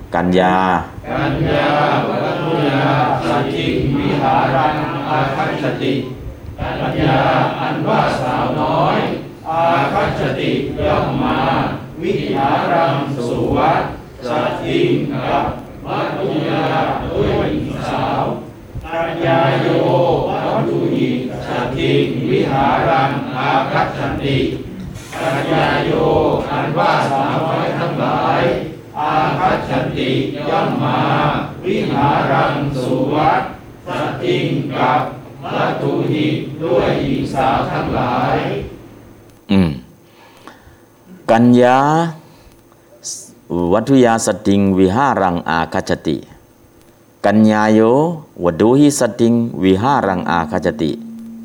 ตถุยาสัตทิงวิหารังอาคัจฉติกัญญาอันว่าสาวน้อยอาคัจฉติย่อมมาวิหารังสู่วัดสัตทิงกับวัตถุยาด้วยหญิงสาวกัญญาโยวัตถุหิสัตทิงวิหารังอาคัจฉติกัญญาโยอันว่าสาวน้อยทั้งหลายอาคัจฉติย่อมมาวิหารังสู่วัดสัตทิงกับวัตถุหิด้วยหญิงสาวทั้งหลายกัญญาวัตุยาสติงวิหารังอาคัจฉติกัญญาโยวดุหิสติงวิหารังอาคัจฉติ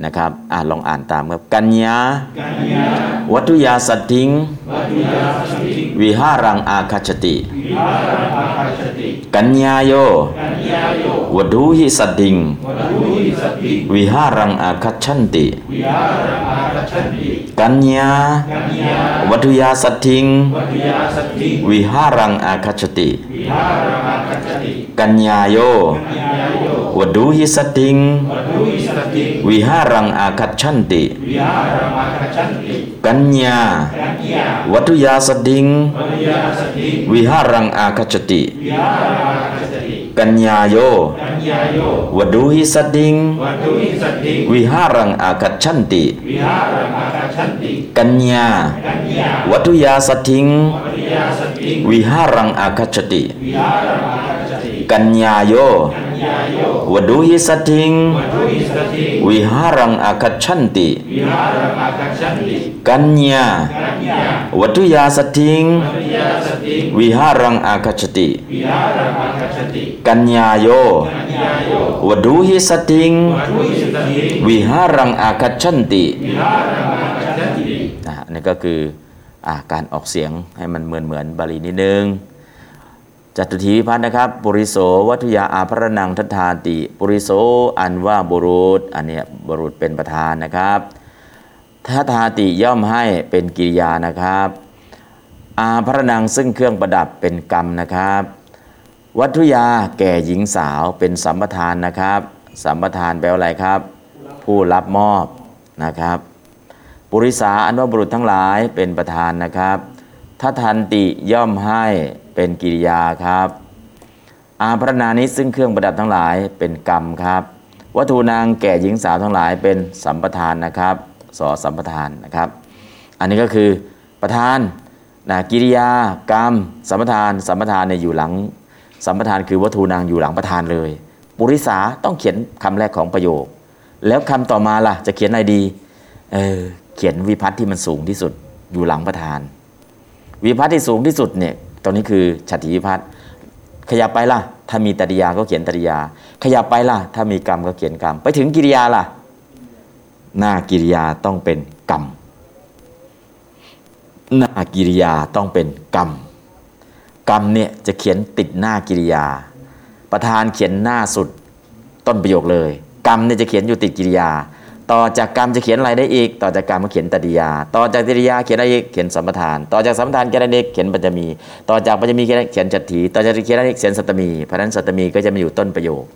นะครับลองอ่านตามครับกัญญากัญญาวัตถุยาสัตถิงวัตถุยาสติวิหารังอาคัจฉติวิหารอาคาชติกัญญาโยกัญญาโยวัดูหิสัตถิงวัตถุหิสติวิหารังอาคัจฉันติวิหารอาคาชติกัญญากัญญาวัตถุยาสัตถิงวัตถุยาสติวิหารังอาคัจฉติวิหารอาคาชติกัญญาโยกัญญาโยวัดูหิสัตถิงวัตถุหิสติวิหารังอาคัจฉันติวิหารอาคาชติกัญญากัญญาวัตถุยาสัตถิงวัตถุยาสติวิหารังอาคัจฉติวิหารอาคาชติกัญญาโยกัญญาโยวัดูหิสัตถิงวัตถุหิสติวิหารังอาคัจฉันติวิหารอาคาชติกัญญากัญญาวัตถุยาสัตถิงวัตถุยาสติวิหารังอาคัจฉติวิหารอาคาชติกัญญาโยกัญญาโยวัดูหิสัตถิงวัตถุหิสติวิหารังอาคัจฉันติวิหารอาคาชติกัญญากัญญาวัตถุยาสัตถิงวัตถุยาสติวิหารังอาคัจฉติวิหารอาคาชติกัญญาโยกัญญาโยวัดูหิสัตถิงวัตถุหิสติวิหารังอาคัจฉันติวิหารอาคาชตินี่ก็คือการออกเสียงให้มันเหมือนบาลีนิดนึงจตุถีวิภัตน์นะครับปุริโสวัตถุยาอาภรนังทัฏฐาติปุริโสอันว่าบุรุษอันเนี้ยบุรุษเป็นประธานนะครับทัฏฐาติย่อมให้เป็นกิริยานะครับอาภรนังซึ่งเครื่องประดับเป็นกรรมนะครับวัตถุยาแก่หญิงสาวเป็นสัมปทานนะครับสัมปทานแปลว่าอะไรครับผู้รับมอบนะครับปุริสาอันว่าบุรุษทั้งหลายเป็นประธานนะครับทัฏฐันติย่อมให้เป็นกิริยาครับอาภรณานิซึ่งเครื่องประดับทั้งหลายเป็นกรรมครับวัตถุนางแก่หญิงสาวทั้งหลายเป็นสัมปทานนะครับสอสัมปทานนะครับอันนี้ก็คือประธานกิริยากรรมสัมปทานสัมปทานเนี่ยอยู่หลังสัมปทานคือวัตถุนางอยู่หลังประธานเลยปุริสาต้องเขียนคำแรกของประโยคแล้วคำต่อมาล่ะจะเขียนอะไรดีเขียนวิภัตติที่มันสูงที่สุดอยู่หลังประธานวิภัตติที่สูงที่สุดเนี่ยตรงนี้คือฉัตรถีวิภัตติขยับไปล่ะถ้ามีตริยาก็เขียนตริยาขยับไปล่ะถ้ามีกรรมก็เขียนกรรมไปถึงกิริยาล่ะหน้ากิริยาต้องเป็นกรรมหน้ากิริยาต้องเป็นกรรมกรรมเนี่ยจะเขียนติดหน้ากิริยาประธานเขียนหน้าสุดต้นประโยคเลยกรรมเนี่ยจะเขียนอยู่ติดกิริยาต่อจากกรรมจะเขียนอะไรได้อีกต่อจากกรรมก็เขียนตริยาต่อจากตริยาเขียนอะไรอีกเขียนสัมปทานต่อจากสัมปทานเขียนอะไรอีกเขียนปัญจมีต่อจากปัญจมีเขียนฉัตรถีต่อจากเขียนอะไรอีกเขียนสัตตมีเพราะฉะนั้นสัตตมีก็จะมาอยู่ต้นประโยค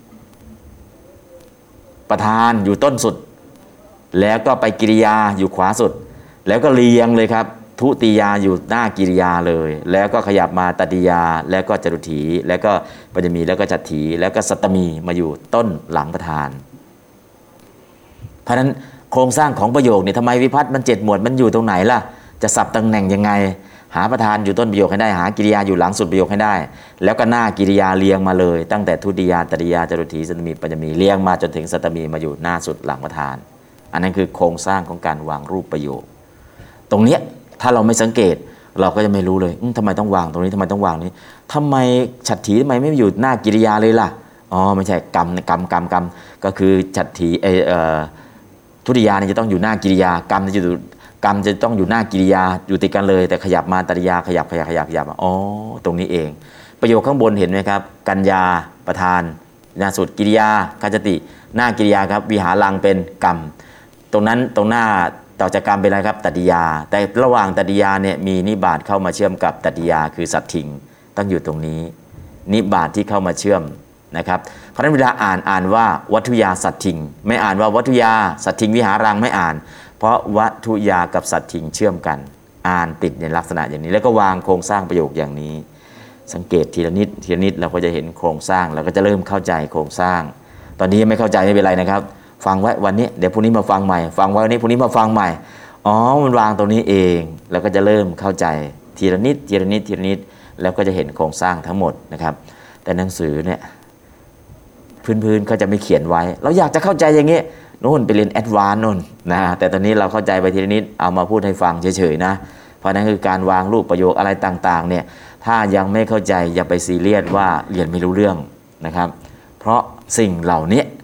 ประธานอยู่ต้นสุดแล้วก็ไปกิริยาอยู่ขวาสุดแล้วก็เรียงเลยครับทุติยาอยู่หน้ากิริยาเลยแล้วก็ขยับมาตติยาแล้วก็จตุถีแล้วก็ปัญจมีแล้วก็ฉัตรถีแล้วก็สัตตมีมาอยู่ต้นหลังประธานเพราะฉะนั้นโครงสร้างของประโยคเนี่ยทำไมวิภัตติมัน7หมวดมันอยู่ตรงไหนล่ะจะสับตำแหน่งยังไงหาประธานอยู่ต้นประโยคให้ได้หากิริยาอยู่หลังสุดประโยคให้ได้แล้วก็หน้ากิริยาเรียงมาเลยตั้งแต่ทุติยาตติยาจตุถีสัตตมีปัญจมีเรียงมาจนถึงสัตตมีมาอยู่หน้าสุดหลังประธานอันนั้นคือโครงสร้างของการวางรูปประโยคตรงเนี้ยถ้าเราไม่สังเกตเราก็จะไม่รู้เลยทำไมต้องวางตรงนี้ทำไมต้องวางนี้ทำไมฉัตรถีทำไมไม่อยู่หน้ากิริยาเลยล่ะอ๋อไม่ใช่กรรมก็คือฉัตรถีทุติยาเนี่ยจะต้องอยู่หน้ากิริยากรรมจะต้องอยู่หน้ากิริยาอยู่ติดกันเลยแต่ขยับมาตริยาขยับอ๋อตรงนี้เองประโยคข้างบนเห็นไหมครับกัญญาประธานหน้าสุดกิริยาคัจจติหน้ากิริยาครับวิหารังเป็นกรรมตรงนั้นตรงหน้าต่อจากกรรมเป็นอะไรครับตติยาแต่ระหว่างตติยาเนี่ยมีนิบาตเข้ามาเชื่อมกับตติยาคือสัตถิงต้องอยู่ตรงนี้นิบาตที่เข้ามาเชื่อมนะครับเพราะฉะนั้นเวลาอ่านว่าวัตถุยาสัตถิงไม่อ่านว่าวัตถุยาสัตถิงวิหารังไม่อ่านเพราะวัตถุยากับสัตถิงเชื่อมกันอ่านติดในลักษณะอย่างนี้แล้วก็วางโครงสร้างประโยคอย่างนี้สังเกตทีละนิดเราก็จะเห็นโครงสร้างเราก็จะเริ่มเข้าใจโครงสร้างตอนนี้ไม่เข้าใจไม่เป็นไรนะครับฟังไว้วันนี้เดี๋ยวพรุ่งนี้มาฟังใหม่ฟังไว้วันนี้พรุ่งนี้มาฟังใหม่อ๋อมันวางตรงนี้เองแล้วก็จะเริ่มเข้าใจทีละนิดแล้วก็จะเห็นโครงสร้างทั้งหมดนะครับแต่หนังสือเนี่ยพื้นเขาจะไม่เขียนไว้เราอยากจะเข้าใจอย่างนี้นู่นไปเรียนแอดวานซ์นู่นนะแต่ตอนนี้เราเข้าใจไปทีละนิดเอามาพูดให้ฟังเฉยๆนะเพราะนั้นคือการวางรูปประโยคอะไรต่างๆเนี่ยถ้ายังไม่เข้าใจอย่าไปซีเรียสว่าเรียนไม่รู้เรื่องนะครับเพราะสิ่งเหล่านี้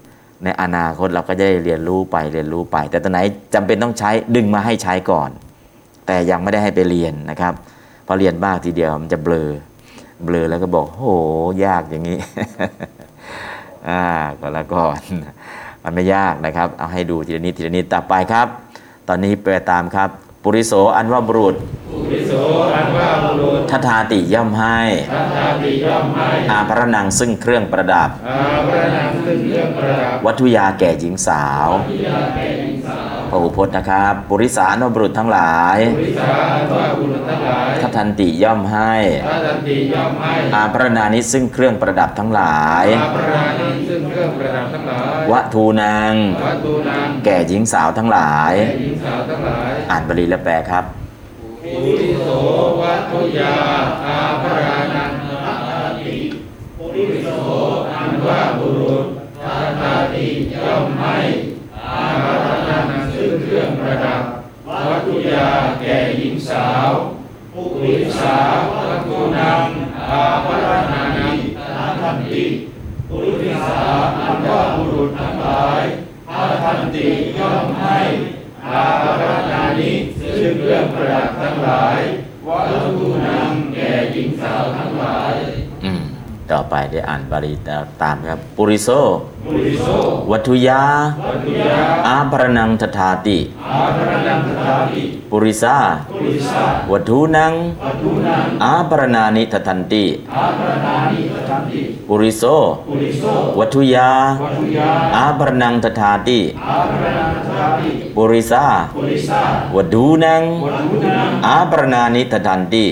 ในอนาคตเราก็จะได้เรียนรู้ไป แต่ตอนไหนจำเป็นต้องใช้ดึงมาให้ใช้ก่อน แต่ยังไม่ได้ให้ไปเรียนนะครับพอเรียนมากทีเดียวมันจะเบลอแล้วก็บอกโหยากอย่างนี้ ก็แล้วก่อนมันไม่ยากนะครับเอาให้ดูทีละนิดต่อไปครับ ตอนนี้แปลตามครับปุริโสอันว่าบุรุษทัทธาติย่อมให้อาภรณังซึ่งเครื่องประดับวัตถุยาแก่หญิงสาวพระอุพจน์นะครับปุริสานุบุรุษทั้งหลายทัทธันติย่อมให้อาภรณานิซึ่งเครื่องประดับทั้งหลายวัตถุนางแก่หญิงสาวทั้งหลายอ่านบาลีและแปลครับปุริโสวัตถุยาอาภรณังทัทธันติปุริโสอันว่าบุรุษทัทธันติย่อมให้อาภรณังซึ่งเครื่องประดับวัตถุยาแก่หญิงสาวปุริสาวัตถุนังอาภรณานิทัทธันติปุริสาอันว่าบุรุษทั้งหลายทัทธันติย่อมให้อาภรณานิซึ่งเครื่องประดับทั้งหลายวัตถุนังแก่หญิงสาวทั้งหลายต่อไปได้อ่านบาลีตามครับปุริโสวัตถุยาอาภรณังทัทธาติปุริสาวัตถุนังอาภรณานิทัทธันติปุริโสวัตถุยาอาภรณังทัทธาติปุริสาวัตถุนังอาภรณานิทัทธันติ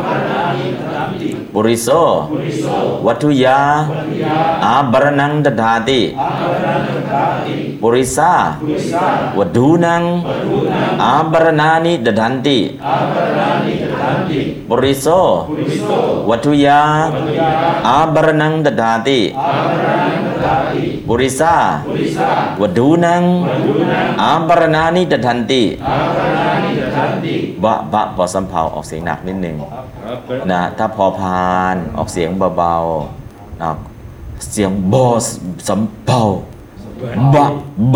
ปุริโสวัตถุยาอาภรณังทัทธาติปุริสาวัตถุนังอาภรณานิทัทธันติปุริโสวัตถุยาอาภรณังทัทธาติปุริสาวัตถุนังอาภรณานิทัทธันติบะพอสำเภาออกเสียงหนักนิดนึงนะถ้าพอพานออกเสียงเบาๆนะเสียงบอสำเภาบะ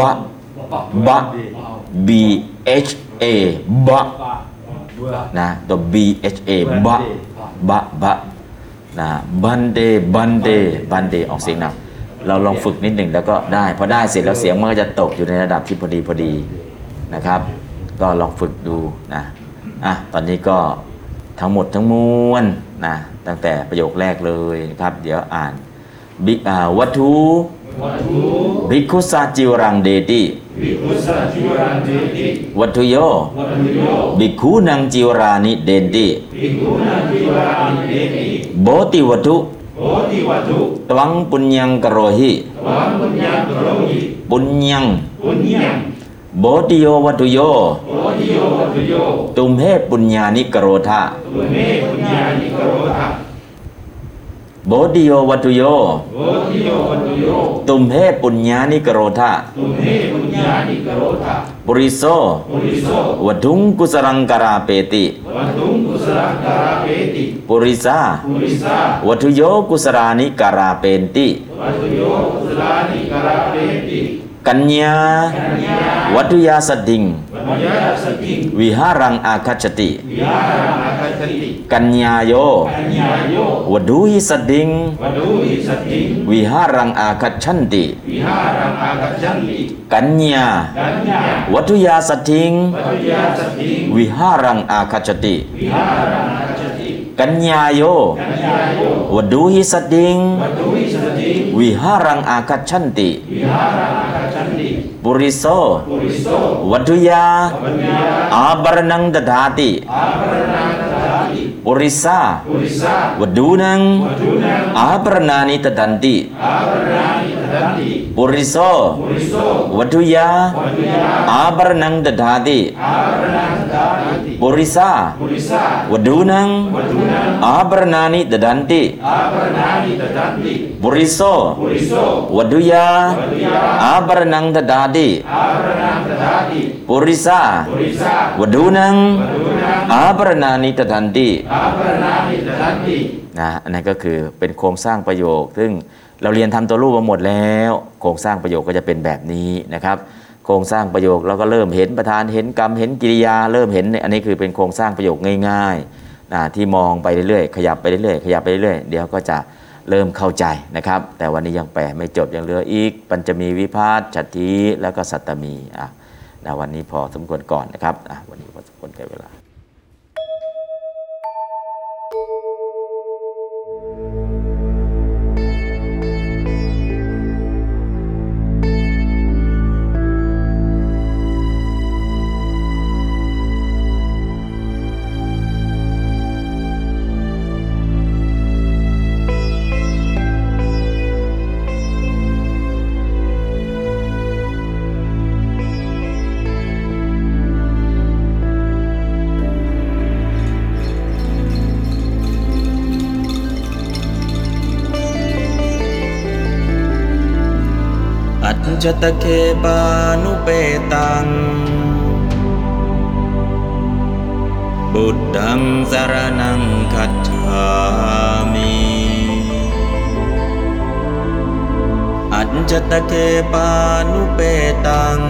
B H A บะนะตัว B H A บะนะบันเดออกเสียงหนักเราลองฝึกนิดหนึ่งแล้วก็ได้พอได้เสร็จแล้วเสียงมันก็จะตกอยู่ในระดับที่พอดีนะครับก็ลองฝึกดูนะตอนนี้ก็ทั้งหมดทั้งมวลนะตั้งแต่ประโยคแรกเลยนะครับเดี๋ยวอ่านวัตถุภิกขุสาจิวรังเดติวัตถุโยภิกขุนังจิวรานิเดนติโบติวัตถุตวังปุญญังกโรหิปุญญังโบติโยวัตถุโยตุมเหปุญญานิกโรธาโบติโยวัตถุโยตุมเหปุญญานิกโรธาปุริโสวัตุงกุสรังกราเปติปุริสาวัตถุโยกุสรานิกราเปนติกัญญาวัตถุยาสดิงวิหารังอาคัจฉติกัญญาโยวัตถุหิสดิงวิหารังอาคัจฉันติกัญญาวัตถุยาสดิงวิหารังอาคัจฉติกัญญาโยวัตถุหิสดิงวิหารังอาคัจฉันติปุริโสวัตถุยาอาภรณังทัทธาติปุริสาวัตถุนังอาภรณานิทัทธันติปุริโสวัตถุยาอาภรณังทัทธาติปุริสาวัตถุนังอาภรณานิทัทธันติปุริโสวัตถุยาอาภรณังทัทธาติปุริสาวัตถุนังอาภรณานิทัทธันติอันนั้นก็คือเป็นโครงสร้างประโยคซึ่งเราเรียนทำตัวรูปมาหมดแล้วโครงสร้างประโยคก็จะเป็นแบบนี้นะครับโครงสร้างประโยคเราก็เริ่มเห็นประธานเห็นกรรมเห็นกิริยาเริ่มเห็นอันนี้คือเป็นโครงสร้างประโยคง่ายๆที่มองไปเรื่อยๆขยับไปเรื่อยๆขยับไปเรื่อยๆเดี๋ยวก็จะเริ่มเข้าใจนะครับแต่วันนี้ยังแปลไม่จบยังเหลืออีกปัญจมีวิพาทฉัตรทีแล้วก็สัตตมีวันนี้พอสมควรก่อนนะครับวันนี้พอสมควรแก่เวลาอัจจตเคปานุเปตังบุตตังสรณังคัจฉามิอัจจตเคปานุเปตัง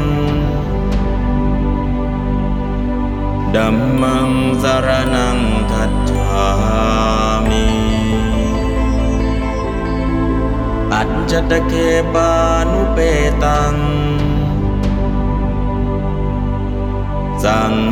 ธัมมังสรณังคัจฉามิอัจจตเคปานุเปตังสัง